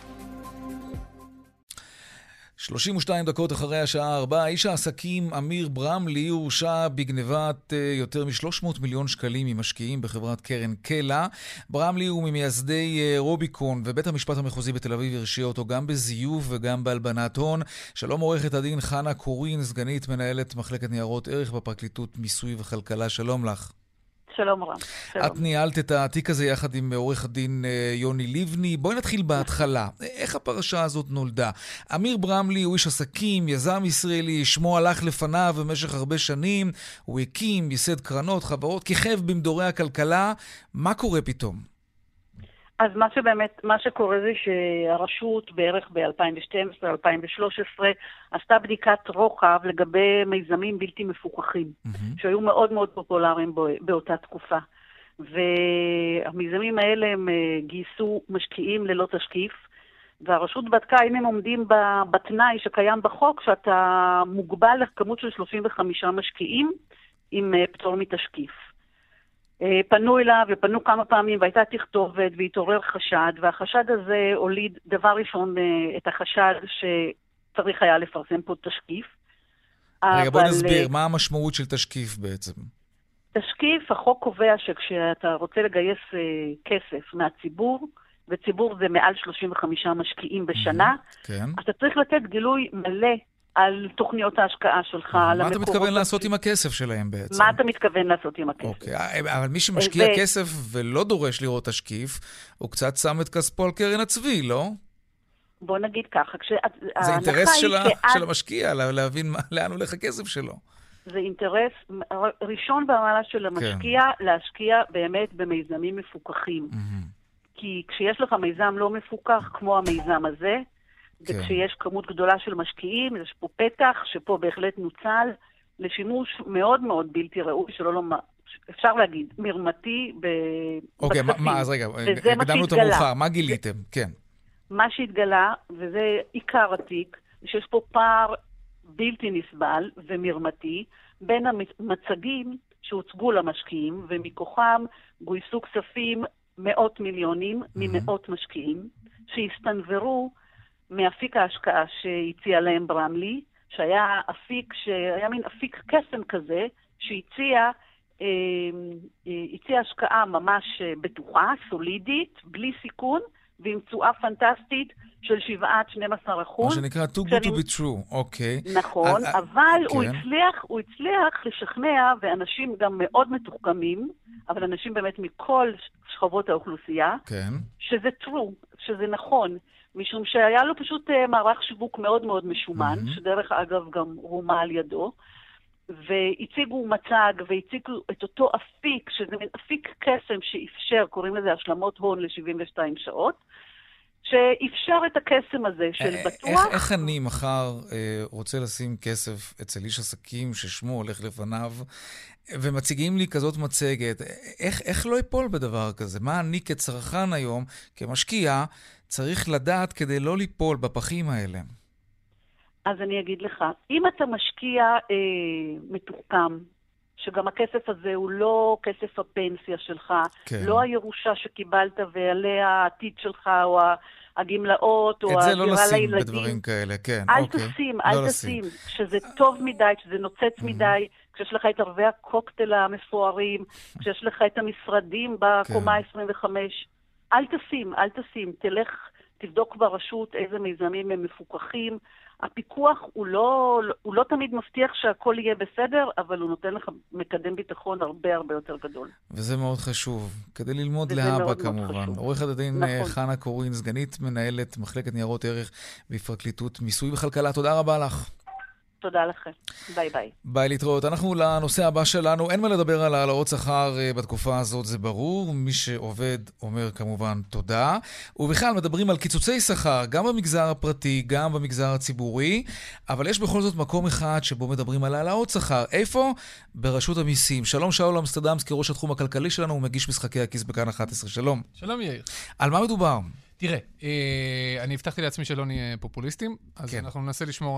32 דקות אחרי השעה 4, איש העסקים אמיר ברמלי הורשע בגנבת יותר מ-300 מיליון שקלים ממשקיעים בחברת קרן קלה. ברמלי הוא ממייסדי רוביקון, ובית המשפט המחוזי בתל אביב הרשיע אותו גם בזיוף וגם בהלבנת הון. שלום עורכת הדין חנה קורין, סגנית מנהלת מחלקת ניירות ערך בפרקליטות מיסוי וכלכלה. שלום לך. שלום רם. את ניהלת את התיק הזה יחד עם עורך הדין יוני ליבני. בואי נתחיל בהתחלה. איך הפרשה הזאת נולדה? אמיר ברמלי הוא איש עסקים, יזם ישראלי, שמו הלך לפניו במשך הרבה שנים. הוא הקים, ייסד קרנות, חברות, כיכב במדורי הכלכלה. מה קורה פתאום? אז מה שקורה זה שהרשות בערך ב-2012-2013 עשתה בדיקת רוחב לגבי מיזמים בלתי מפוקחים, שהיו מאוד מאוד פופולריים באותה תקופה. והמיזמים האלה הם גייסו משקיעים ללא תשקיף, והרשות בדקה אם הם עומדים בתנאי שקיים בחוק, שאתה מוגבל לכמות של 35 משקיעים עם פטור מתשקיף. פנו אליו ופנו כמה פעמים והייתה תכתובת והתעורר חשד, והחשד הזה הוליד דבר ראשון את החשד שצריך היה לפרסם פה תשקיף. רגע, בוא נסביר, מה המשמעות של תשקיף בעצם? תשקיף, החוק קובע שכשאתה רוצה לגייס כסף מהציבור, וציבור זה מעל 35 משקיעים בשנה, אתה צריך לתת גילוי מלא על תוכניות ההשקעה שלך. מה אתה מתכוון לעשות עם הכסף שלהם בעצם? מה אתה מתכוון לעשות עם הכסף? אוקיי, אבל מי שמשקיע כסף ולא דורש לראות תשקיף, הוא קצת שם את כספו על קרן הצבי, לא? בוא נגיד ככה. זה אינטרס של המשקיע, להבין לאן הולך הכסף שלו. זה אינטרס ראשון במעלה של המשקיע, להשקיע באמת במיזמים מפוקחים. כי כשיש לך מיזם לא מפוקח, כמו המיזם הזה, וכשיש כמות גדולה של משקיעים, יש פה פתח שפה בהחלט נוצל לשימוש מאוד מאוד בלתי ראוי, שלא לומר, אפשר להגיד, מרמתי אוקיי, אז רגע, הקדמנו את המאוחר, מה גיליתם? כן. מה שהתגלה, וזה עיקר התיק, שיש פה פער בלתי נסבל ומרמתי, בין המצגים שהוצגו למשקיעים, ומכוחם גויסו כספים מאות מיליונים ממאות משקיעים, שהסתנוורו מאפיק ההשקעה שהציע להם ברמלי, שהיה מין אפיק קסם כזה, שהציע השקעה ממש בטוחה, סולידית, בלי סיכון, ועם תשואה פנטסטית של 7-12%. מה שנקרא too good to be true, אוקיי. נכון, אבל הוא הצליח לשכנע, ואנשים גם מאוד מתוחכמים, אבל אנשים באמת מכל שכבות האוכלוסייה, שזה true, שזה נכון, משום שהיה לו פשוט מערך שיווק מאוד מאוד משומן, שדרך אגב גם רומה על ידו, והציגו מצג והציגו את אותו אפיק, שזה אפיק קסם שאפשר, קוראים לזה השלמות הון ל-72 שעות, שאפשר את הקסם הזה של בטוח. איך אני מחר רוצה לשים כסף אצל איש עסקים ששמו הולך לפניו, ומציגים לי כזאת מצגת, איך לא ייפול בדבר כזה? מה אני כצרכן היום, כמשקיע, צריך לדעת כדי לא ליפול בפחים האלה? אז אני אגיד לך, אם אתה משקיע מתוחכם, שגם הכסף הזה הוא לא כסף הפנסיה שלך, לא הירושה שקיבלת ועליה העתיד שלך, או הגמלאות, או הדירה לילדים. את זה לא לשים בדברים כאלה, כן. אל תשים, כשזה טוב מדי, כשזה נוצץ מדי, כשיש לך את ערבי הקוקטייל המפוארים, כשיש לך את המשרדים בקומה 25, אל תשים, תלך, תבדוק ברשות איזה מיזמים הם מפוקחים. הפיקוח הוא לא תמיד מבטיח שהכל יהיה בסדר, אבל הוא נותן לך מקדם ביטחון הרבה יותר גדול. וזה מאוד חשוב, כדי ללמוד להבא כמובן. עורכת הדין חנה קורין, סגנית מנהלת מחלקת ניירות ערך בפרקליטות מיסוי וכלכלה, תודה רבה לך. תודה לכם. ביי ביי. ביי, להתראות. אנחנו לנושא הבא שלנו. אין מה לדבר על העלאות שכר בתקופה הזאת, זה ברור. מי שעובד אומר כמובן תודה. ובכלל מדברים על קיצוצי שכר, גם במגזר הפרטי, גם במגזר הציבורי. אבל יש בכל זאת מקום אחד שבו מדברים על העלאות שכר. איפה? ברשות המיסים. שלום שאול אמסטרדמסקי, ראש התחום הכלכלי שלנו, הוא מגיש משחקי הכיס בכאן 11. שלום. שלום יאיר. על מה מדובר? תראה, אני הבטחתי לעצמי שלא נהיה פופוליסטים, אז אנחנו ננסה לשמור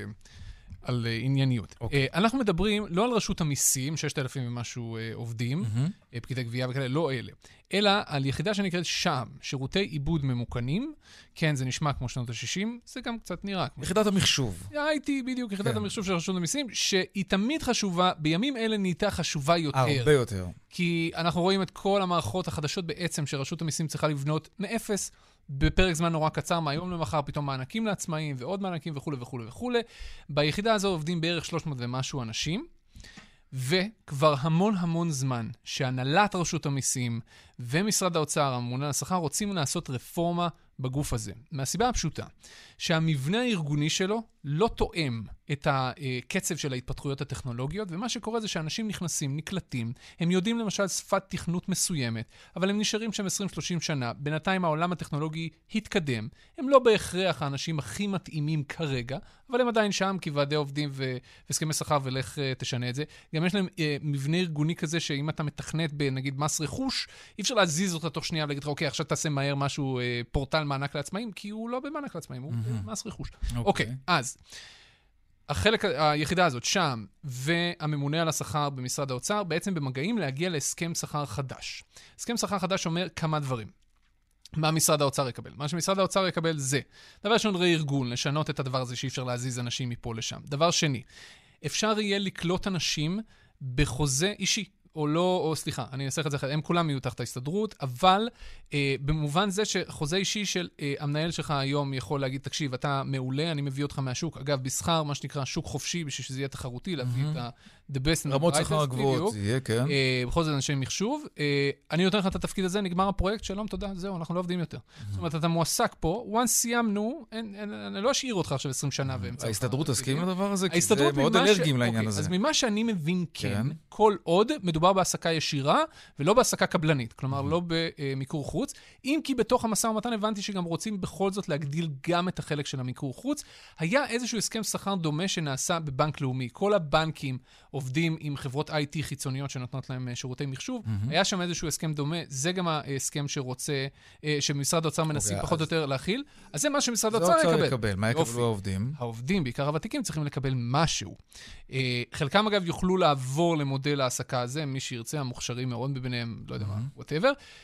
על ענייניות. אנחנו מדברים לא על רשות המיסים, 6,000 ומשהו עובדים, פקידי גבייה וכאלה, לא אלה, אלא על יחידה שנקראת שם, שירותי עיבוד ממוכנים. כן, זה נשמע כמו שנות ה-60, זה גם קצת נראה כמו... יחידת המחשוב. הייתי בדיוק, יחידת המחשוב של רשות המיסים, שהיא תמיד חשובה, בימים אלה נהייתה חשובה יותר. הרבה יותר. כי אנחנו רואים את כל המערכות החדשות בעצם, שרשות המיסים צריכה לבנות מאפס, בפרק זמן נורא קצר, מהיום למחר, פתאום מענקים לעצמאים, ועוד מענקים וכו' וכו' וכו'. ביחידה הזו עובדים בערך 300 ומשהו אנשים, וכבר המון זמן שהנהלת רשות המיסים ומשרד האוצר, הממונה על השכר, רוצים לעשות רפורמה בגוף הזה. מהסיבה הפשוטה, שהמבנה הארגוני שלו לא תואם את הקצב של ההתפתחויות הטכנולוגיות, ומה שקורה זה שאנשים נכנסים, נקלטים, הם יודעים למשל שפת תכנות מסוימת, אבל הם נשארים שם 20-30 שנה, בינתיים העולם הטכנולוגי התקדם, הם לא בהכרח האנשים הכי מתאימים כרגע, אבל הם עדיין שם כוועדי עובדים והסכמי שכר ולך תשנה את זה. גם יש להם מבנה ארגוני כזה שאם אתה מתכנת בנגיד מס רכוש, אי אפשר להזיז אותה תוך שנייה ולהגיד לך, אוקיי, עכשיו תעשה מהר משהו, פורטל מענק לעצמאים, כי הוא לא במענק לעצמאים, הוא מס רכוש. אוקיי, אז היחידה הזאת שם, והממונה על השכר במשרד האוצר, בעצם במגעים להגיע להסכם שכר חדש. הסכם שכר חדש אומר כמה דברים. מה משרד האוצר יקבל? מה שמשרד האוצר יקבל זה, דבר ראשון, ארגון, לשנות את הדבר הזה שאי אפשר להזיז אנשים מפה לשם. דבר שני, אפשר יהיה לקלוט אנשים בחוזה אישי. סליחה, אני אנסח את זה אחרת, הם כולם יהיו תחת ההסתדרות, אבל במובן זה שחוזה אישי של המנהל שלך היום יכול להגיד, תקשיב, אתה מעולה, אני מביא אותך מהשוק. אגב, בשכר, מה שנקרא שוק חופשי, בשביל שזה יהיה תחרותי, להביא את the best and the רמות שכר גבוהות, יהיה, כן. בכל זאת אנשי מחשוב. אני נותן לך את התפקיד הזה, נגמר הפרויקט, שלום, תודה, זהו, אנחנו לא עובדים יותר. זאת אומרת, אתה מועסק פה, once סיימנו, אני לא אשאיר אותך עכשיו 20 שנה באמצע. ההסתדרות תסכים לדבר הזה? כי זה מאוד אלרגיים לעניין הזה. אז ממה שאני מבין, כן, כל עוד מדובר בהעסקה ישירה ולא בהעסקה קבלנית, כלומר לא במיקור חוץ, אם כי בתוך המשא ומתן הבנתי שגם רוצים בכל זאת להגדיל גם את החלק של המיקור חוץ. היה איזשהו הסכם שכר דומה שנעשה בבנק לאומי. כל הבנקים עובדים עם חברות IT חיצוניות שנותנות להם שירותי מחשוב. היה שם איזשהו הסכם דומה, זה גם ההסכם שרוצה, שמשרד האוצר מנסים פחות או יותר להכיל. אז זה מה שמשרד האוצר יקבל. מה יקבלו העובדים? העובדים, בעיקר הוותיקים, צריכים לקבל משהו. חלקם אגב יוכלו לעבור למודל העסקה הזה, מי שירצה, המוכשרים מאוד בביניהם, לא יודע מה, whatever.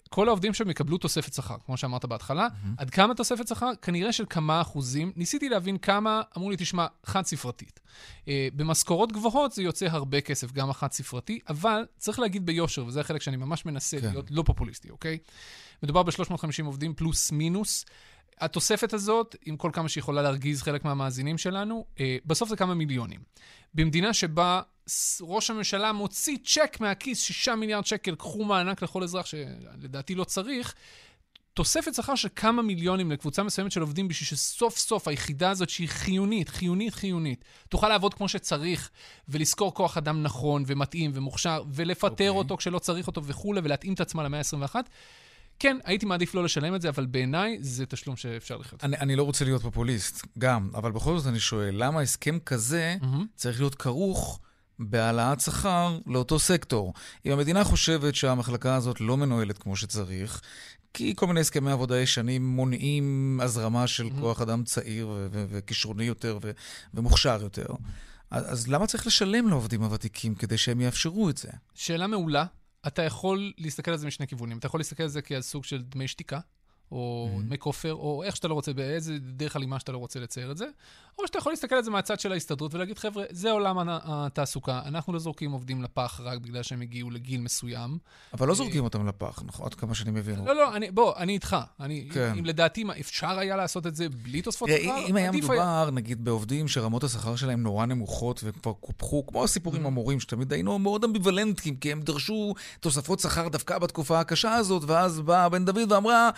כל העובדים שם יקבלו תוספת שכר, כמו שאמרת בהתחלה. עד כמה תוספת שכר? כנראה של כמה אחוזים. ניסיתי להבין כמה, אמרו לי, תשמע, חד ספרתית. במשכורות גבוהות זה יוצא הרבה כסף, גם החד ספרתי, אבל צריך להגיד ביושר, וזה החלק שאני ממש מנסה להיות לא פופוליסטי, אוקיי? מדובר ב-350 עובדים פלוס מינוס. התוספת הזאת, עם כל כמה שיכולה להרגיז חלק מהמאזינים שלנו, בסוף זה כמה מיליונים. במדינה שבה ראש הממשלה מוציא צ'ק מהכיס, 6 מיליארד שקל, קחו מענק לכל אזרח שלדעתי לא צריך, תוספת שכר של כמה מיליונים לקבוצה מסוימת של עובדים בשביל שסוף סוף היחידה הזאת שהיא חיונית, תוכל לעבוד כמו שצריך, ולזכור כוח אדם נכון ומתאים ומוכשר, ולפטר אותו כשלא צריך אותו וכו', ולהתאים את עצמה למאה ה-21. כן, הייתי מעדיף לא לשלם את זה, אבל בעיניי זה תשלום שאפשר לחיות. אני לא רוצה להיות פופוליסט, גם, אבל בכל זאת אני שואל, למה הסכם כזה צריך להיות כרוך בהעלאת שכר לאותו סקטור? אם המדינה חושבת שהמחלקה הזאת לא מנוהלת כמו שצריך, כי כל מיני הסכמי עבודה ישנים מונעים הזרמה של כוח אדם צעיר וכישרוני יותר ומוכשר יותר, אז למה צריך לשלם לעובדים הוותיקים כדי שהם יאפשרו את זה? שאלה מעולה. אתה יכול להסתכל על זה משני כיוונים. אתה יכול להסתכל על זה כעל סוג של דמי שתיקה, או דמי כופר, או איך שאתה לא רוצה, באיזה דרך הלימה שאתה לא רוצה לצייר את זה, או שאתה יכול להסתכל על זה מהצד של ההסתדרות ולהגיד, חבר'ה, זה עולם התעסוקה, אנחנו לא זורקים עובדים לפח רק בגלל שהם הגיעו לגיל מסוים. אבל לא זורקים אותם לפח, נכון? עד כמה שאני מבין. לא, אני איתך. אם לדעתי אפשר היה לעשות את זה בלי תוספות שכר, אם היה מדובר, נגיד, בעובדים שרמות השכר שלהם נורא נמוכות וכבר קופחו, כמו הסיפורים המורים שתמיד היינו מאוד אמביוולנטיים, כי הם דרשו תוספות שכר דווקא בתקופה הקשה הזאת, ואז באה בן דוד ואמרה,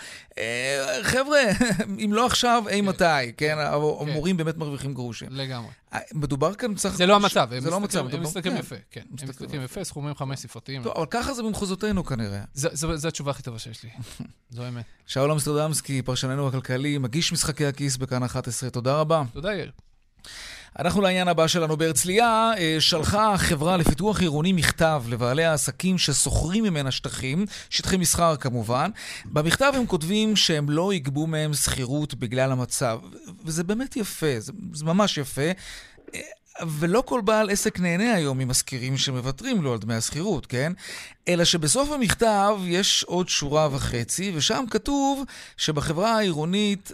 חבר'ה, אם לא עכשיו, אי מתי, כן? המורים באמת מרוויחים גרושים. לגמרי. מדובר כאן צריך... זה לא המצב. זה לא המצב. הם מסתכלים יפה, כן. הם מסתכלים יפה, סכומים 5 ספרתיים. טוב, אבל ככה זה במחוזותינו כנראה. זו התשובה הכי טובה שיש לי. זו האמת. שאול אמסטרדמסקי, פרשננו הכלכלי, מגיש משחקי הכיס בכאן 11. תודה רבה. תודה, יאיר. אנחנו לעניין הבא שלנו. בהרצליה שלחה החברה לפיתוח עירוני מכתב לבעלי העסקים שסוחרים ממנה שטחים, שטחי מסחר כמובן. במכתב הם כותבים שהם לא יגבו מהם שכירות בגלל המצב. וזה באמת יפה, זה ממש יפה. ולא כל בעל עסק נהנה היום ממזכירים שמוותרים לו על דמי השכירות, כן? אלא שבסוף המכתב יש עוד שורה וחצי, ושם כתוב שבחברה העירונית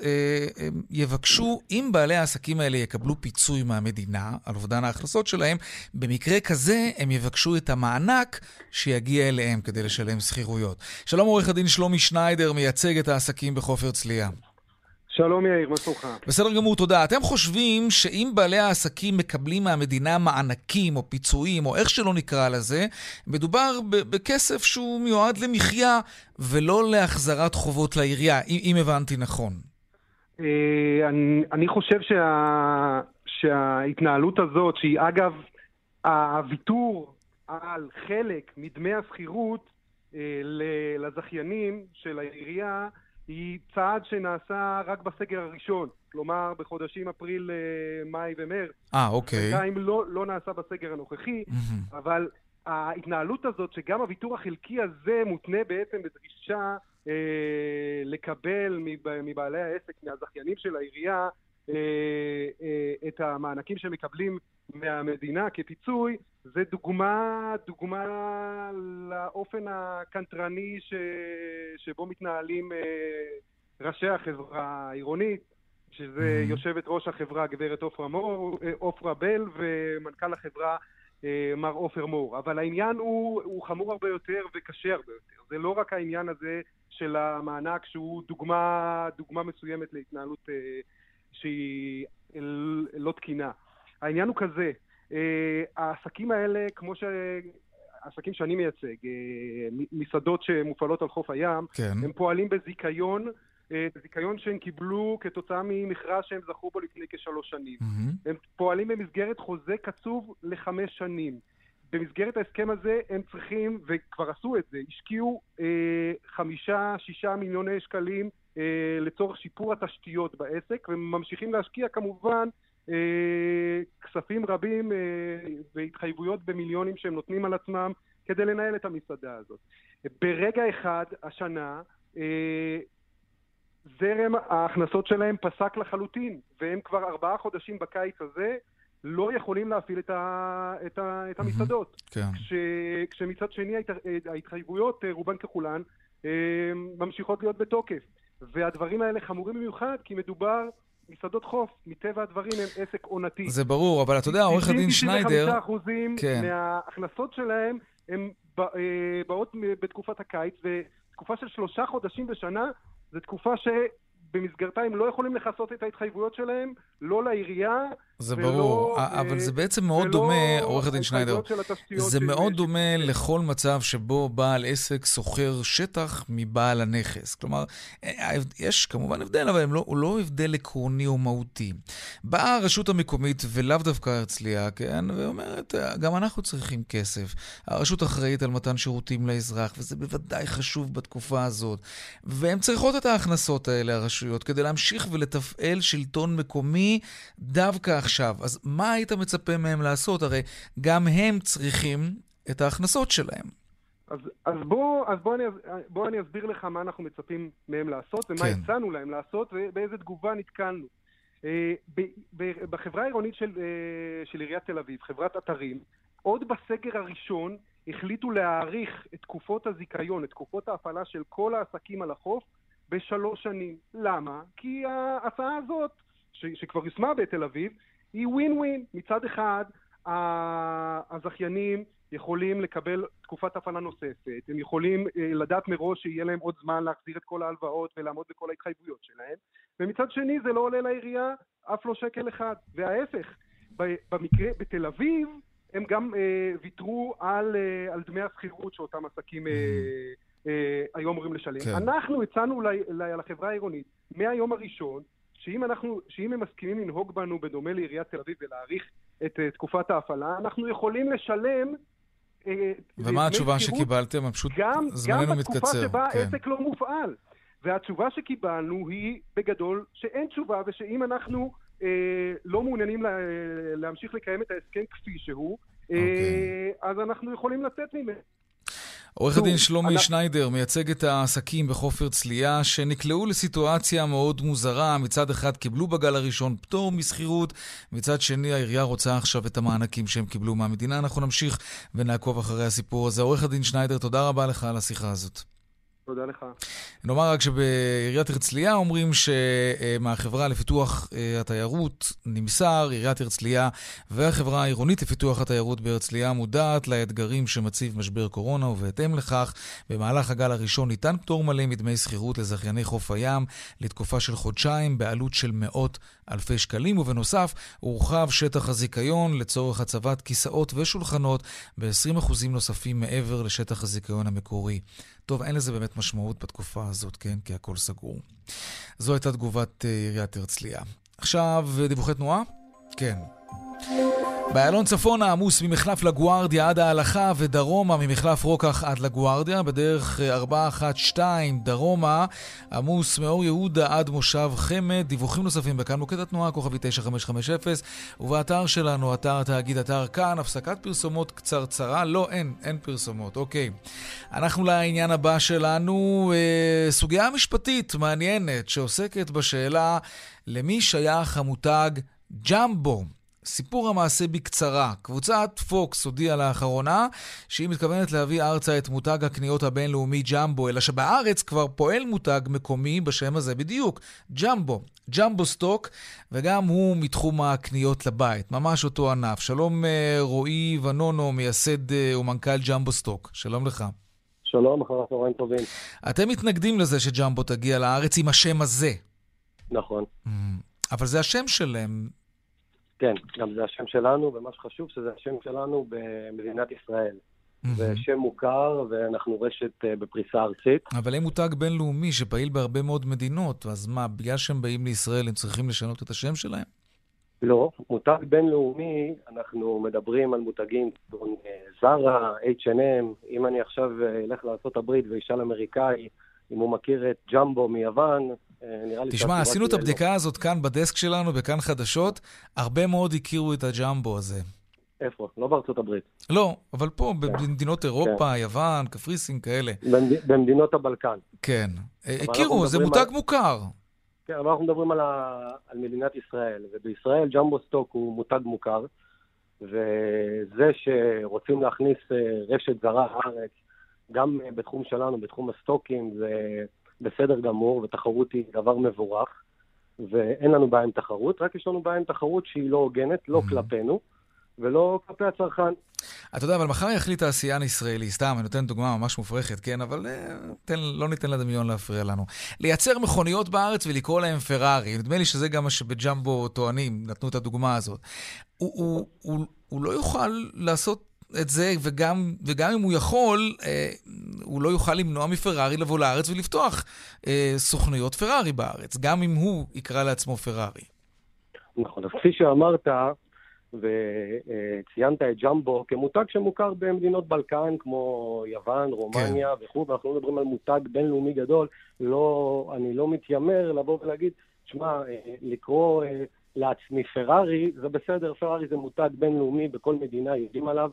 יבקשו, אם בעלי העסקים האלה יקבלו פיצוי מהמדינה על אובדן ההכנסות שלהם, במקרה כזה הם יבקשו את המענק שיגיע אליהם כדי לשלם שכירויות. שלום עורך הדין שלומי שניידר, מייצג את העסקים בחוף הרצליה. שלום יאיר, מה שלומך? בסדר גמור, תודה. אתם חושבים שאם בעלי העסקים מקבלים מהמדינה מענקים או פיצויים או איך שלא נקרא לזה, מדובר בכסף שהוא מיועד למחיה ולא להחזרת חובות לעירייה, אם הבנתי נכון. אני חושב שההתנהלות הזאת, שהיא אגב הוויתור על חלק מדמי השכירות לזכיינים של העירייה, היא צעד שנעשה רק בסגר הראשון, כלומר בחודשים אפריל, מאי ומרץ. אוקיי. גם לא נעשה בסגר הנוכחי, אבל ההתנהלות הזאת שגם הוויתור החלקי הזה מותנה בעצם בדרישה לקבל מבעלי העסק, מהזכיינים של העירייה, את המענקים שמקבלים מהמדינה כפיצוי, זה דוגמה לאופן הקנטרני שבו מתנהלים ראשי החברה העירונית, שזה יושבת ראש החברה גברת עופרה בל ומנכ"ל החברה מר עופר מור. אבל העניין הוא חמור הרבה יותר וקשה הרבה יותר. זה לא רק העניין הזה של המענק שהוא דוגמה מסוימת להתנהלות שהיא לא תקינה. העניין הוא כזה, העסקים האלה, כמו העסקים שאני מייצג, מסעדות שמופעלות על חוף הים, הם פועלים בזיקיון שהם קיבלו כתוצאה ממכרז שהם זכו בו לפני כ3 שנים. הם פועלים במסגרת חוזה קצוב ל5 שנים. במסגרת ההסכם הזה הם צריכים, וכבר עשו את זה, השקיעו 5-6 מיליוני שקלים לצורך שיפור התשתיות בעסק, וממשיכים להשקיע כמובן כספים רבים והתחייבויות במיליונים שהם נותנים על עצמם כדי לנהל את המסעדה הזאת. ברגע אחד השנה זרם ההכנסות שלהם פסק לחלוטין, והם כבר 4 חודשים בקיץ הזה לא יכולים להפעיל את המסעדות. כשמצד שני ההתחייבויות רובן ככולן ממשיכות להיות בתוקף. והדברים האלה חמורים במיוחד, כי מדובר מסעדות חוף, מטבע הדברים הם עסק עונתי. זה ברור, אבל אתה יודע, עורך הדין שניידר... 95% מההכנסות שלהם הם באות בתקופת הקיץ, ותקופה של 3 חודשים בשנה, זו תקופה שבמסגרתה הם לא יכולים לחסות את ההתחייבויות שלהם, לא לעירייה, זה ברור, אבל זה בעצם מאוד דומה, עורך הדין שניידר, זה מאוד דומה לכל מצב שבו בעל עסק סוחר שטח מבעל הנכס. כלומר, יש כמובן הבדל, אבל הוא לא הבדל עקרוני או מהותי. באה הרשות המקומית, ולאו דווקא הרצליה, כן, ואומרת, גם אנחנו צריכים כסף. הרשות אחראית על מתן שירותים לאזרח, וזה בוודאי חשוב בתקופה הזאת. והן צריכות את ההכנסות האלה, הרשויות, כדי להמשיך ולתפעל שלטון מקומי דווקא עכשיו. אז מה היית מצפה מהם לעשות? הרי גם הם צריכים את ההכנסות שלהם. אז בוא אני אסביר לך מה אנחנו מצפים מהם לעשות, ומה הצענו להם לעשות, ובאיזה תגובה נתקלנו. בחברה העירונית של עיריית תל אביב, חברת אתרים, עוד בסגר הראשון החליטו להאריך את תקופות הזיכיון, את תקופות ההפעלה של כל העסקים על החוף, ב3 שנים. למה? כי ההצעה הזאת, שכבר יושמה בתל אביב, היא ווין ווין. מצד אחד, הזכיינים יכולים לקבל תקופת הפעלה נוספת, הם יכולים לדעת מראש שיהיה להם עוד זמן להחזיר את כל ההלוואות ולעמוד בכל ההתחייבויות שלהם, ומצד שני זה לא עולה לעירייה אף לא שקל אחד. וההפך, במקרה בתל אביב הם גם ויתרו על דמי השכירות שאותם עסקים היום אמורים לשלם. כן. אנחנו הצענו לחברה העירונית מהיום הראשון, שאם הם מסכימים לנהוג בנו בדומה לעיריית תל אביב ולהאריך את תקופת ההפעלה, אנחנו יכולים לשלם... ומה התשובה שקיבלתם? פשוט זמננו מתקצר. גם בתקופה שבה העסק לא מופעל. והתשובה שקיבלנו היא בגדול שאין תשובה, ושאם אנחנו לא מעוניינים להמשיך לקיים את ההסכם כפי שהוא, אז אנחנו יכולים לצאת ממנו. עורך הדין שלומי שניידר מייצג את העסקים בחוף הרצליה שנקלעו לסיטואציה מאוד מוזרה. מצד אחד קיבלו בגל הראשון פטור מסחירות, מצד שני העירייה רוצה עכשיו את המענקים שהם קיבלו מהמדינה. אנחנו נמשיך ונעקוב אחרי הסיפור הזה. עורך הדין שניידר, תודה רבה לך על השיחה הזאת. תודה לך. נאמר רק שבעיריית הרצליה אומרים שמהחברה לפיתוח התיירות נמסר, עיריית הרצליה והחברה העירונית לפיתוח התיירות בהרצליה מודעת לאתגרים שמציב משבר קורונה, ובהתאם לכך במהלך הגל הראשון ניתן פטור מלא מדמי שכירות לזכייני חוף הים לתקופה של חודשיים בעלות של מאות אלפי שקלים, ובנוסף הורחב שטח הזיכיון לצורך הצבת כיסאות ושולחנות ב-20% נוספים מעבר לשטח הזיכיון המקורי. טוב, אין לזה באמת משמעות בתקופה הזאת, כן? כי הכל סגור. זו הייתה תגובת עיריית הרצליה. עכשיו, דיווחי תנועה? כן. באיילון צפונה עמוס ממחלף לגוארדיה עד ההלכה ודרומה ממחלף רוקח עד לגוארדיה. בדרך 412 דרומה עמוס מאור יהודה עד מושב חמד. דיווחים נוספים בכאן מוקד התנועה כוכבי 9550 ובאתר שלנו, אתר התאגיד, אתר כאן. הפסקת פרסומות קצרצרה. לא, אין פרסומות. אוקיי. אנחנו לעניין הבא שלנו, סוגיה משפטית מעניינת שעוסקת בשאלה למי שייך המותג ג'מבו. סיפור המעשה בקצרה. קבוצת פוקס הודיעה לאחרונה שהיא מתכוונת להביא ארצה את מותג הקניות הבינלאומי ג'מבו, אלא שבארץ כבר פועל מותג מקומי בשם הזה בדיוק, ג'מבו סטוק, וגם הוא מתחום הקניות לבית, ממש אותו ענף. שלום רועי ונונו, מייסד ומנכ"ל ג'מבו סטוק. שלום לך. שלום, אחר צהריים טובים. אתם מתנגדים לזה שג'מבו תגיע לארץ עם השם הזה. נכון. אבל זה השם שלהם. כן, גם זה השם שלנו, ומה שחשוב שזה השם שלנו במדינת ישראל. זה שם מוכר, ואנחנו רשת בפריסה ארצית. אבל הם מותג בינלאומי שפעיל בהרבה מאוד מדינות, אז מה, בגלל שהם באים לישראל, הם צריכים לשנות את השם שלהם? לא, מותג בינלאומי, אנחנו מדברים על מותגים, זרה, H&M, אם אני עכשיו אלך לארצות הברית ואישל אמריקאי, אם הוא מכיר את ג'מבו מיוון, תשמע, עשינו את הבדיקה הזאת כאן בדסק שלנו, בכאן חדשות, הרבה מאוד הכירו את הג'מבו הזה. איפה? לא בארצות הברית. לא, אבל פה, במדינות אירופה, יוון, קפריסין, כאלה. במדינות הבלקן. כן. הכירו, זה מותג מוכר. כן, אבל אנחנו מדברים על מדינת ישראל, ובישראל ג'מבו סטוק הוא מותג מוכר, וזה שרוצים להכניס רשת זרה לארץ, גם בתחום שלנו, בתחום הסטוקים, זה בסדר גמור, ותחרות היא דבר מבורך, ואין לנו בעיה עם תחרות, רק יש לנו בעיה עם תחרות שהיא לא הוגנת, לא כלפינו, ולא כלפי הצרכן. אתה יודע, אבל מחר יחליט תעשיין ישראלי, סתם, אני נותן דוגמה ממש מופרכת, כן? אבל לא ניתן לדמיון להפריע לנו. לייצר מכוניות בארץ ולקרוא להם פרארי. נדמה לי שזה גם מה שבג'מבו טוענים, נתנו את הדוגמה הזאת. הוא לא יוכל לעשות את זה, וגם אם הוא יכול, הוא לא יוכל למנוע מפרארי לבוא לארץ ולפתוח סוכנויות פרארי בארץ, גם אם הוא יקרא לעצמו פרארי. נכון, אז כפי שאמרת, וציינת את ג'מבו כמותג שמוכר במדינות בלקן כמו יוון, רומניה וכו', ואנחנו מדברים על מותג בינלאומי גדול, אני לא מתיימר לבוא ולהגיד, תשמע, לקרוא לעצמי פרארי, זה בסדר, פרארי זה מותג בינלאומי, בכל מדינה יודעים עליו.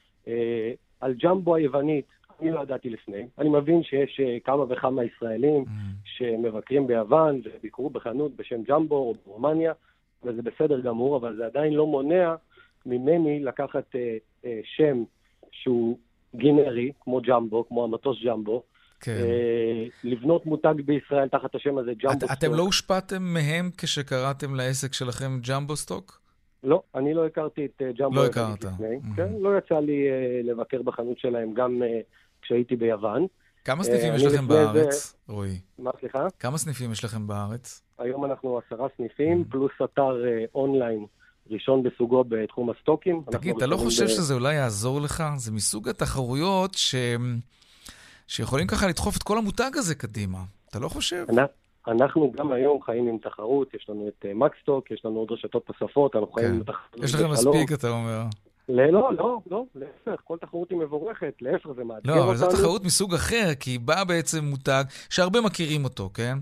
על ג'מבו היוונית, אני לא ידעתי לפני, אני מבין שיש כמה וכמה ישראלים שמבקרים ביוון וביקרו בחנות בשם ג'מבו או ברומניה, וזה בסדר גמור, אבל זה עדיין לא מונע ממני לקחת שם שהוא גינרי, כמו ג'מבו, כמו המטוס ג'מבו, לבנות מותג בישראל תחת השם הזה, ג'מבו סטוק. אתם לא הושפעתם מהם כשקראתם לעסק שלכם ג'מבו סטוק? לא, אני לא הכרתי את ג'מבו. לא הכרת. כן, לא יצא לי לבקר בחנות שלהם גם כשהייתי ביוון. כמה סניפים יש לכם בארץ, רועי? מה, סליחה? כמה סניפים יש לכם בארץ? היום אנחנו 10 סניפים, פלוס אתר אונליין ראשון בסוגו בתחום הסטוקים. תגיד, אתה לא חושב שזה אולי יעזור לך? זה מסוג התחרויות שיכולים ככה לדחוף את כל המותג הזה קדימה. אתה לא חושב? אנחנו גם היום חיים עם תחרות, יש לנו את מקסטוק, יש לנו עוד רשתות נוספות, אנחנו חיים עם תחרות. יש לכם מספיק, אתה אומר. לא, להפך, כל תחרות היא מבורכת, להפך זה מאתגר אותנו. לא, אבל זו תחרות מסוג אחר, כי בא בעצם מותג שהרבה מכירים אותו, כן?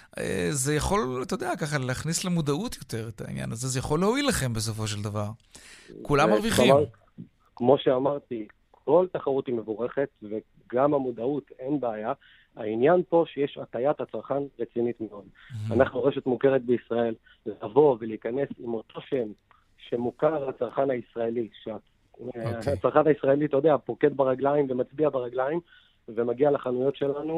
זה יכול, אתה יודע, ככה להכניס למודעות יותר את העניין הזה, זה יכול להועיל לכם בסופו של דבר. כולם מרוויחים. כמו שאמרתי, כל תחרות היא מבורכת, וגם המודעות אין בעיה. העניין פה שיש הטיית הצרכן רצינית מאוד. אנחנו רשת מוכרת בישראל, לבוא ולהיכנס עם אותו שם שמוכר לצרכן הישראלי, שהצרכן הישראלי, אתה יודע, פוקד ברגליים ומצביע ברגליים, ומגיע לחנויות שלנו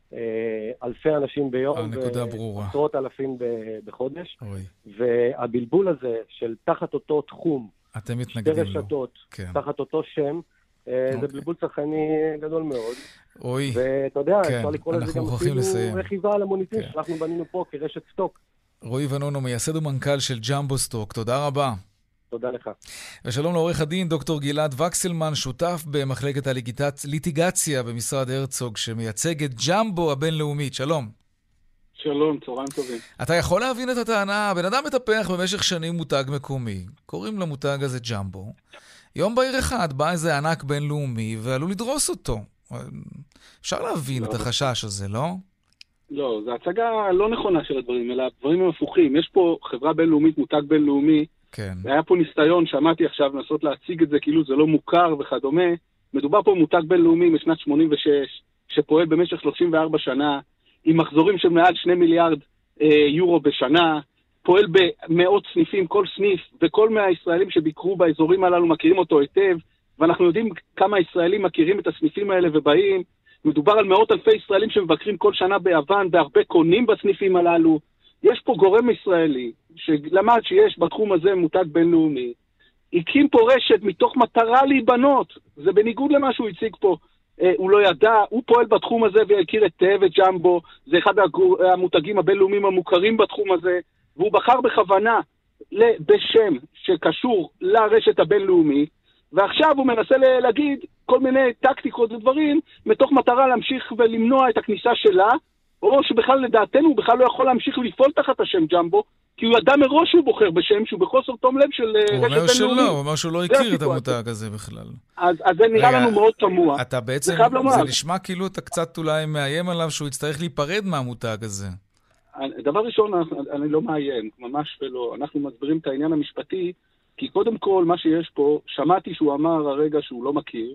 אלפי אנשים ביום, ועשרות אלפים בחודש, והבלבול הזה של תחת אותו תחום, שתי רשתות, תחת אותו שם, זה בלבול צרכני גדול מאוד. ואתה יודע, אפשר לקרוא לזה גם אפילו רכיבה על המוניטין, שאנחנו בנינו פה כרשת סטוק. רועי ונונו, מייסד ומנכ"ל של ג'מבו סטוק, תודה רבה. תודה לך. ושלום לעורך הדין, דוקטור גלעד וקסלמן, שותף במחלקת הליטיגציה במשרד הרצוג, שמייצג את ג'מבו הבינלאומית. שלום. שלום, צהריים טובים. אתה יכול להבין את הטענה, בן אדם מטפח במשך שנים מותג מקומי, קוראים למותג הזה ג'מבו, יום בהיר אחד בא איזה ענק בינלאומי ועלול לדרוס אותו. אפשר להבין את החשש הזה, לא? לא, זו הצגה לא נכונה של הדברים, אלא הדברים הם הפוכים. יש פה חברה בינלאומית, מותג בינלאומי, כן. היה פה ניסיון, שמעתי עכשיו, לנסות להציג את זה כאילו זה לא מוכר וכדומה. מדובר פה מותג בינלאומי משנת 86, שפועל במשך 34 שנה, עם מחזורים של מעל 2 מיליארד יורו בשנה, פועל במאות סניפים, כל סניף, וכל מהישראלים שביקרו באזורים הללו מכירים אותו היטב, ואנחנו יודעים כמה ישראלים מכירים את הסניפים האלה ובאים. מדובר על מאות אלפי ישראלים שמבקרים כל שנה ביוון, והרבה קונים בסניפים הללו. יש פה גורם ישראלי, שלמד שיש בתחום הזה מותג בינלאומי, הקים פה רשת מתוך מטרה להיבנות. זה בניגוד למה שהוא הציג פה. הוא לא ידע, הוא פועל בתחום הזה והכיר היטב את ג'מבו, זה אחד המותגים הבינלאומיים המוכרים בתחום הזה, והוא בחר בכוונה בשם שקשור לרשת הבינלאומי, ועכשיו הוא מנסה להגיד כל מיני טקטיקות ודברים, מתוך מטרה להמשיך ולמנוע את הכניסה שלה, או שבכלל לדעתנו הוא בכלל לא יכול להמשיך לפעול תחת השם ג'מבו, כי הוא ידע מראש שהוא בוחר בשם שהוא בחוסר תום לב של רשת בינלאומי. הוא אומר שלא, הוא אומר שהוא לא הכיר את המותג הזה בכלל. אז זה נראה לנו מאוד תמוה. אתה בעצם, זה נשמע כאילו אתה קצת אולי מאיים עליו שהוא יצטרך להיפרד מהמותג הזה. דבר ראשון, אני לא מאיים, ממש ולא. אנחנו מסבירים את העניין המשפטי, כי קודם כל מה שיש פה, שמעתי שהוא אמר הרגע שהוא לא מכיר,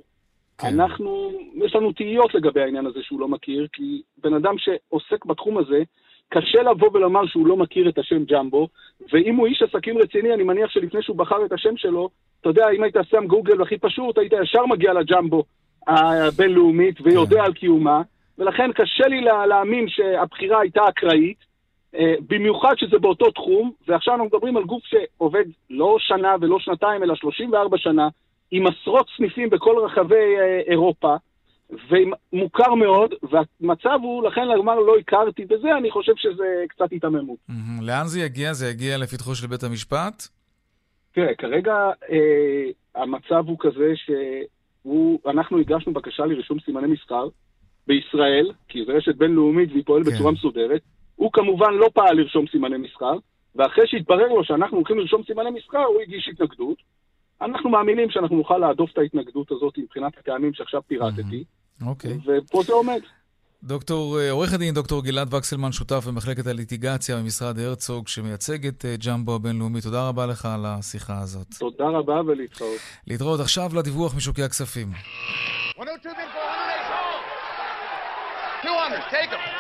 יש לנו תהיות לגבי העניין הזה שהוא לא מכיר, כי בן אדם שעוסק בתחום הזה, קשה לבוא ולומר שהוא לא מכיר את השם ג'מבו, ואם הוא איש עסקים רציני, אני מניח שלפני שהוא בחר את השם שלו, אתה יודע, אם היית שם גוגל הכי פשוט, היית ישר מגיע לג'מבו, הבינלאומית ויודע על קיומה, ולכן קשה לי להאמין שהבחירה הייתה אקראית, במיוחד שזה באותו תחום, ועכשיו אנחנו מדברים על גוף שעובד לא שנה ולא שנתיים, אלא 34 שנה, עם עשרות סניפים בכל רחבי אירופה, ומוכר מאוד, והמצב הוא, לכן לומר לא הכרתי בזה, אני חושב שזה קצת התעממות. לאן זה יגיע? זה יגיע לפתחו של בית המשפט? תראה, כרגע המצב הוא כזה שאנחנו הגשנו בקשה לרישום סימני מסחר בישראל, כי זה רשת בינלאומית והיא פועלת בצורה מסודרת. הוא כמובן לא פעל לרשום סימני מסחר, ואחרי שהתברר לו שאנחנו הולכים לרשום סימני מסחר, הוא הגיש התנגדות. אנחנו מאמינים שאנחנו נוכל להדוף את ההתנגדות הזאת מבחינת הטעמים שעכשיו פירטתי. ופה זה עומד. עורך הדין דוקטור גלעד וקסלמן, שותף במחלקת הליטיגציה במשרד הרצוג, שמייצג את ג'מבו הבינלאומי. תודה רבה לך על השיחה הזאת. תודה רבה ולהתראות. להתראות. עכשיו לדיווח משוקי הכספים. 102, 200, take them.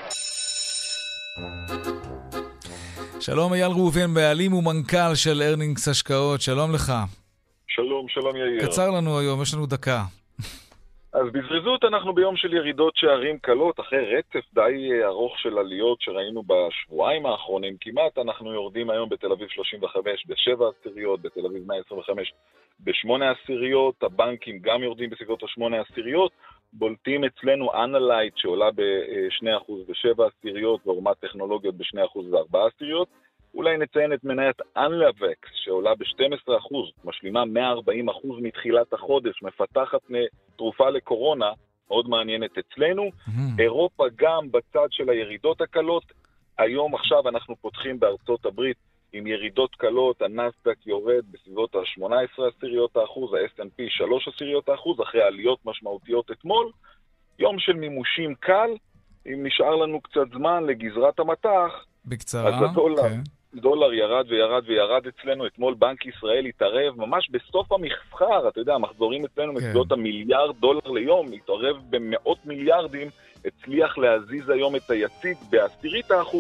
שלום אייל ראובן, בעלים ומנכ"ל של ארנינגס השקעות, שלום לך. שלום, שלום יאיר. קצר לנו היום, יש לנו דקה. אז בזריזות אנחנו ביום של ירידות שערים קלות, אחרי רצף די ארוך של עליות שראינו בשבועיים האחרונים כמעט, אנחנו יורדים היום בתל אביב 35 ב7 עשיריות, בתל אביב 125 ב8 עשיריות, הבנקים גם יורדים בסביבות ה8 עשיריות, בולטים אצלנו אנלייט שעולה ב2% ב7 עשיריות, ואורמת טכנולוגיות ב2% ו4 עשיריות. אולי נציין את מניית אנלווקס שעולה ב12%, משלימה 140% מתחילת החודש, מפתחת תרופה לקורונה, מאוד מעניינת אצלנו. אירופה גם בצד של הירידות הקלות, היום עכשיו אנחנו פותחים בארצות הברית עם ירידות קלות, הנסדק יורד בסביבות ה18%, ה-S&P 3%, אחרי עליות משמעותיות אתמול. יום של מימושים קל, אם נשאר לנו קצת זמן לגזרת המטח, בקצרה, אז הדולר ירד וירד וירד אצלנו. אתמול בנק ישראל התערב ממש בסוף המחסר, אתה יודע, המחזורים אצלנו מסביבות $1,000,000,000 ליום, התערב במאות מיליארדים, הצליח להזיז היום את היציג ב0.1%,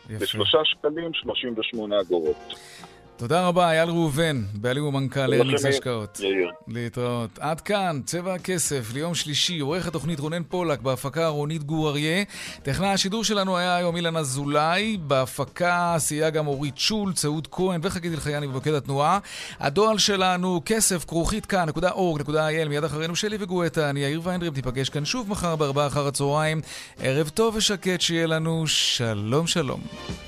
ב3.38 שקלים. תודה רבה, אייל ראובן, בעלים ומנכ"ל ארנינגס השקעות. להתראות. עד כאן, צבע הכסף, ליום שלישי, עורך התוכנית רונן פולק, בהפקה רונית גור אריה. טכנאי השידור שלנו היה היום אילן אזולאי, בהפקה סייעה גם אורית שול, צהוד כהן וחגית אלחייני במוקד התנועה. הדואל שלנו, כסף@כאן.org.il, מיד אחרינו שלי וגואטה, אני יאיר ויינרב, ניפגש כאן שוב מחר ב4 אחר הצהריים. ערב טוב ושקט שיהיה לנו, שלום שלום.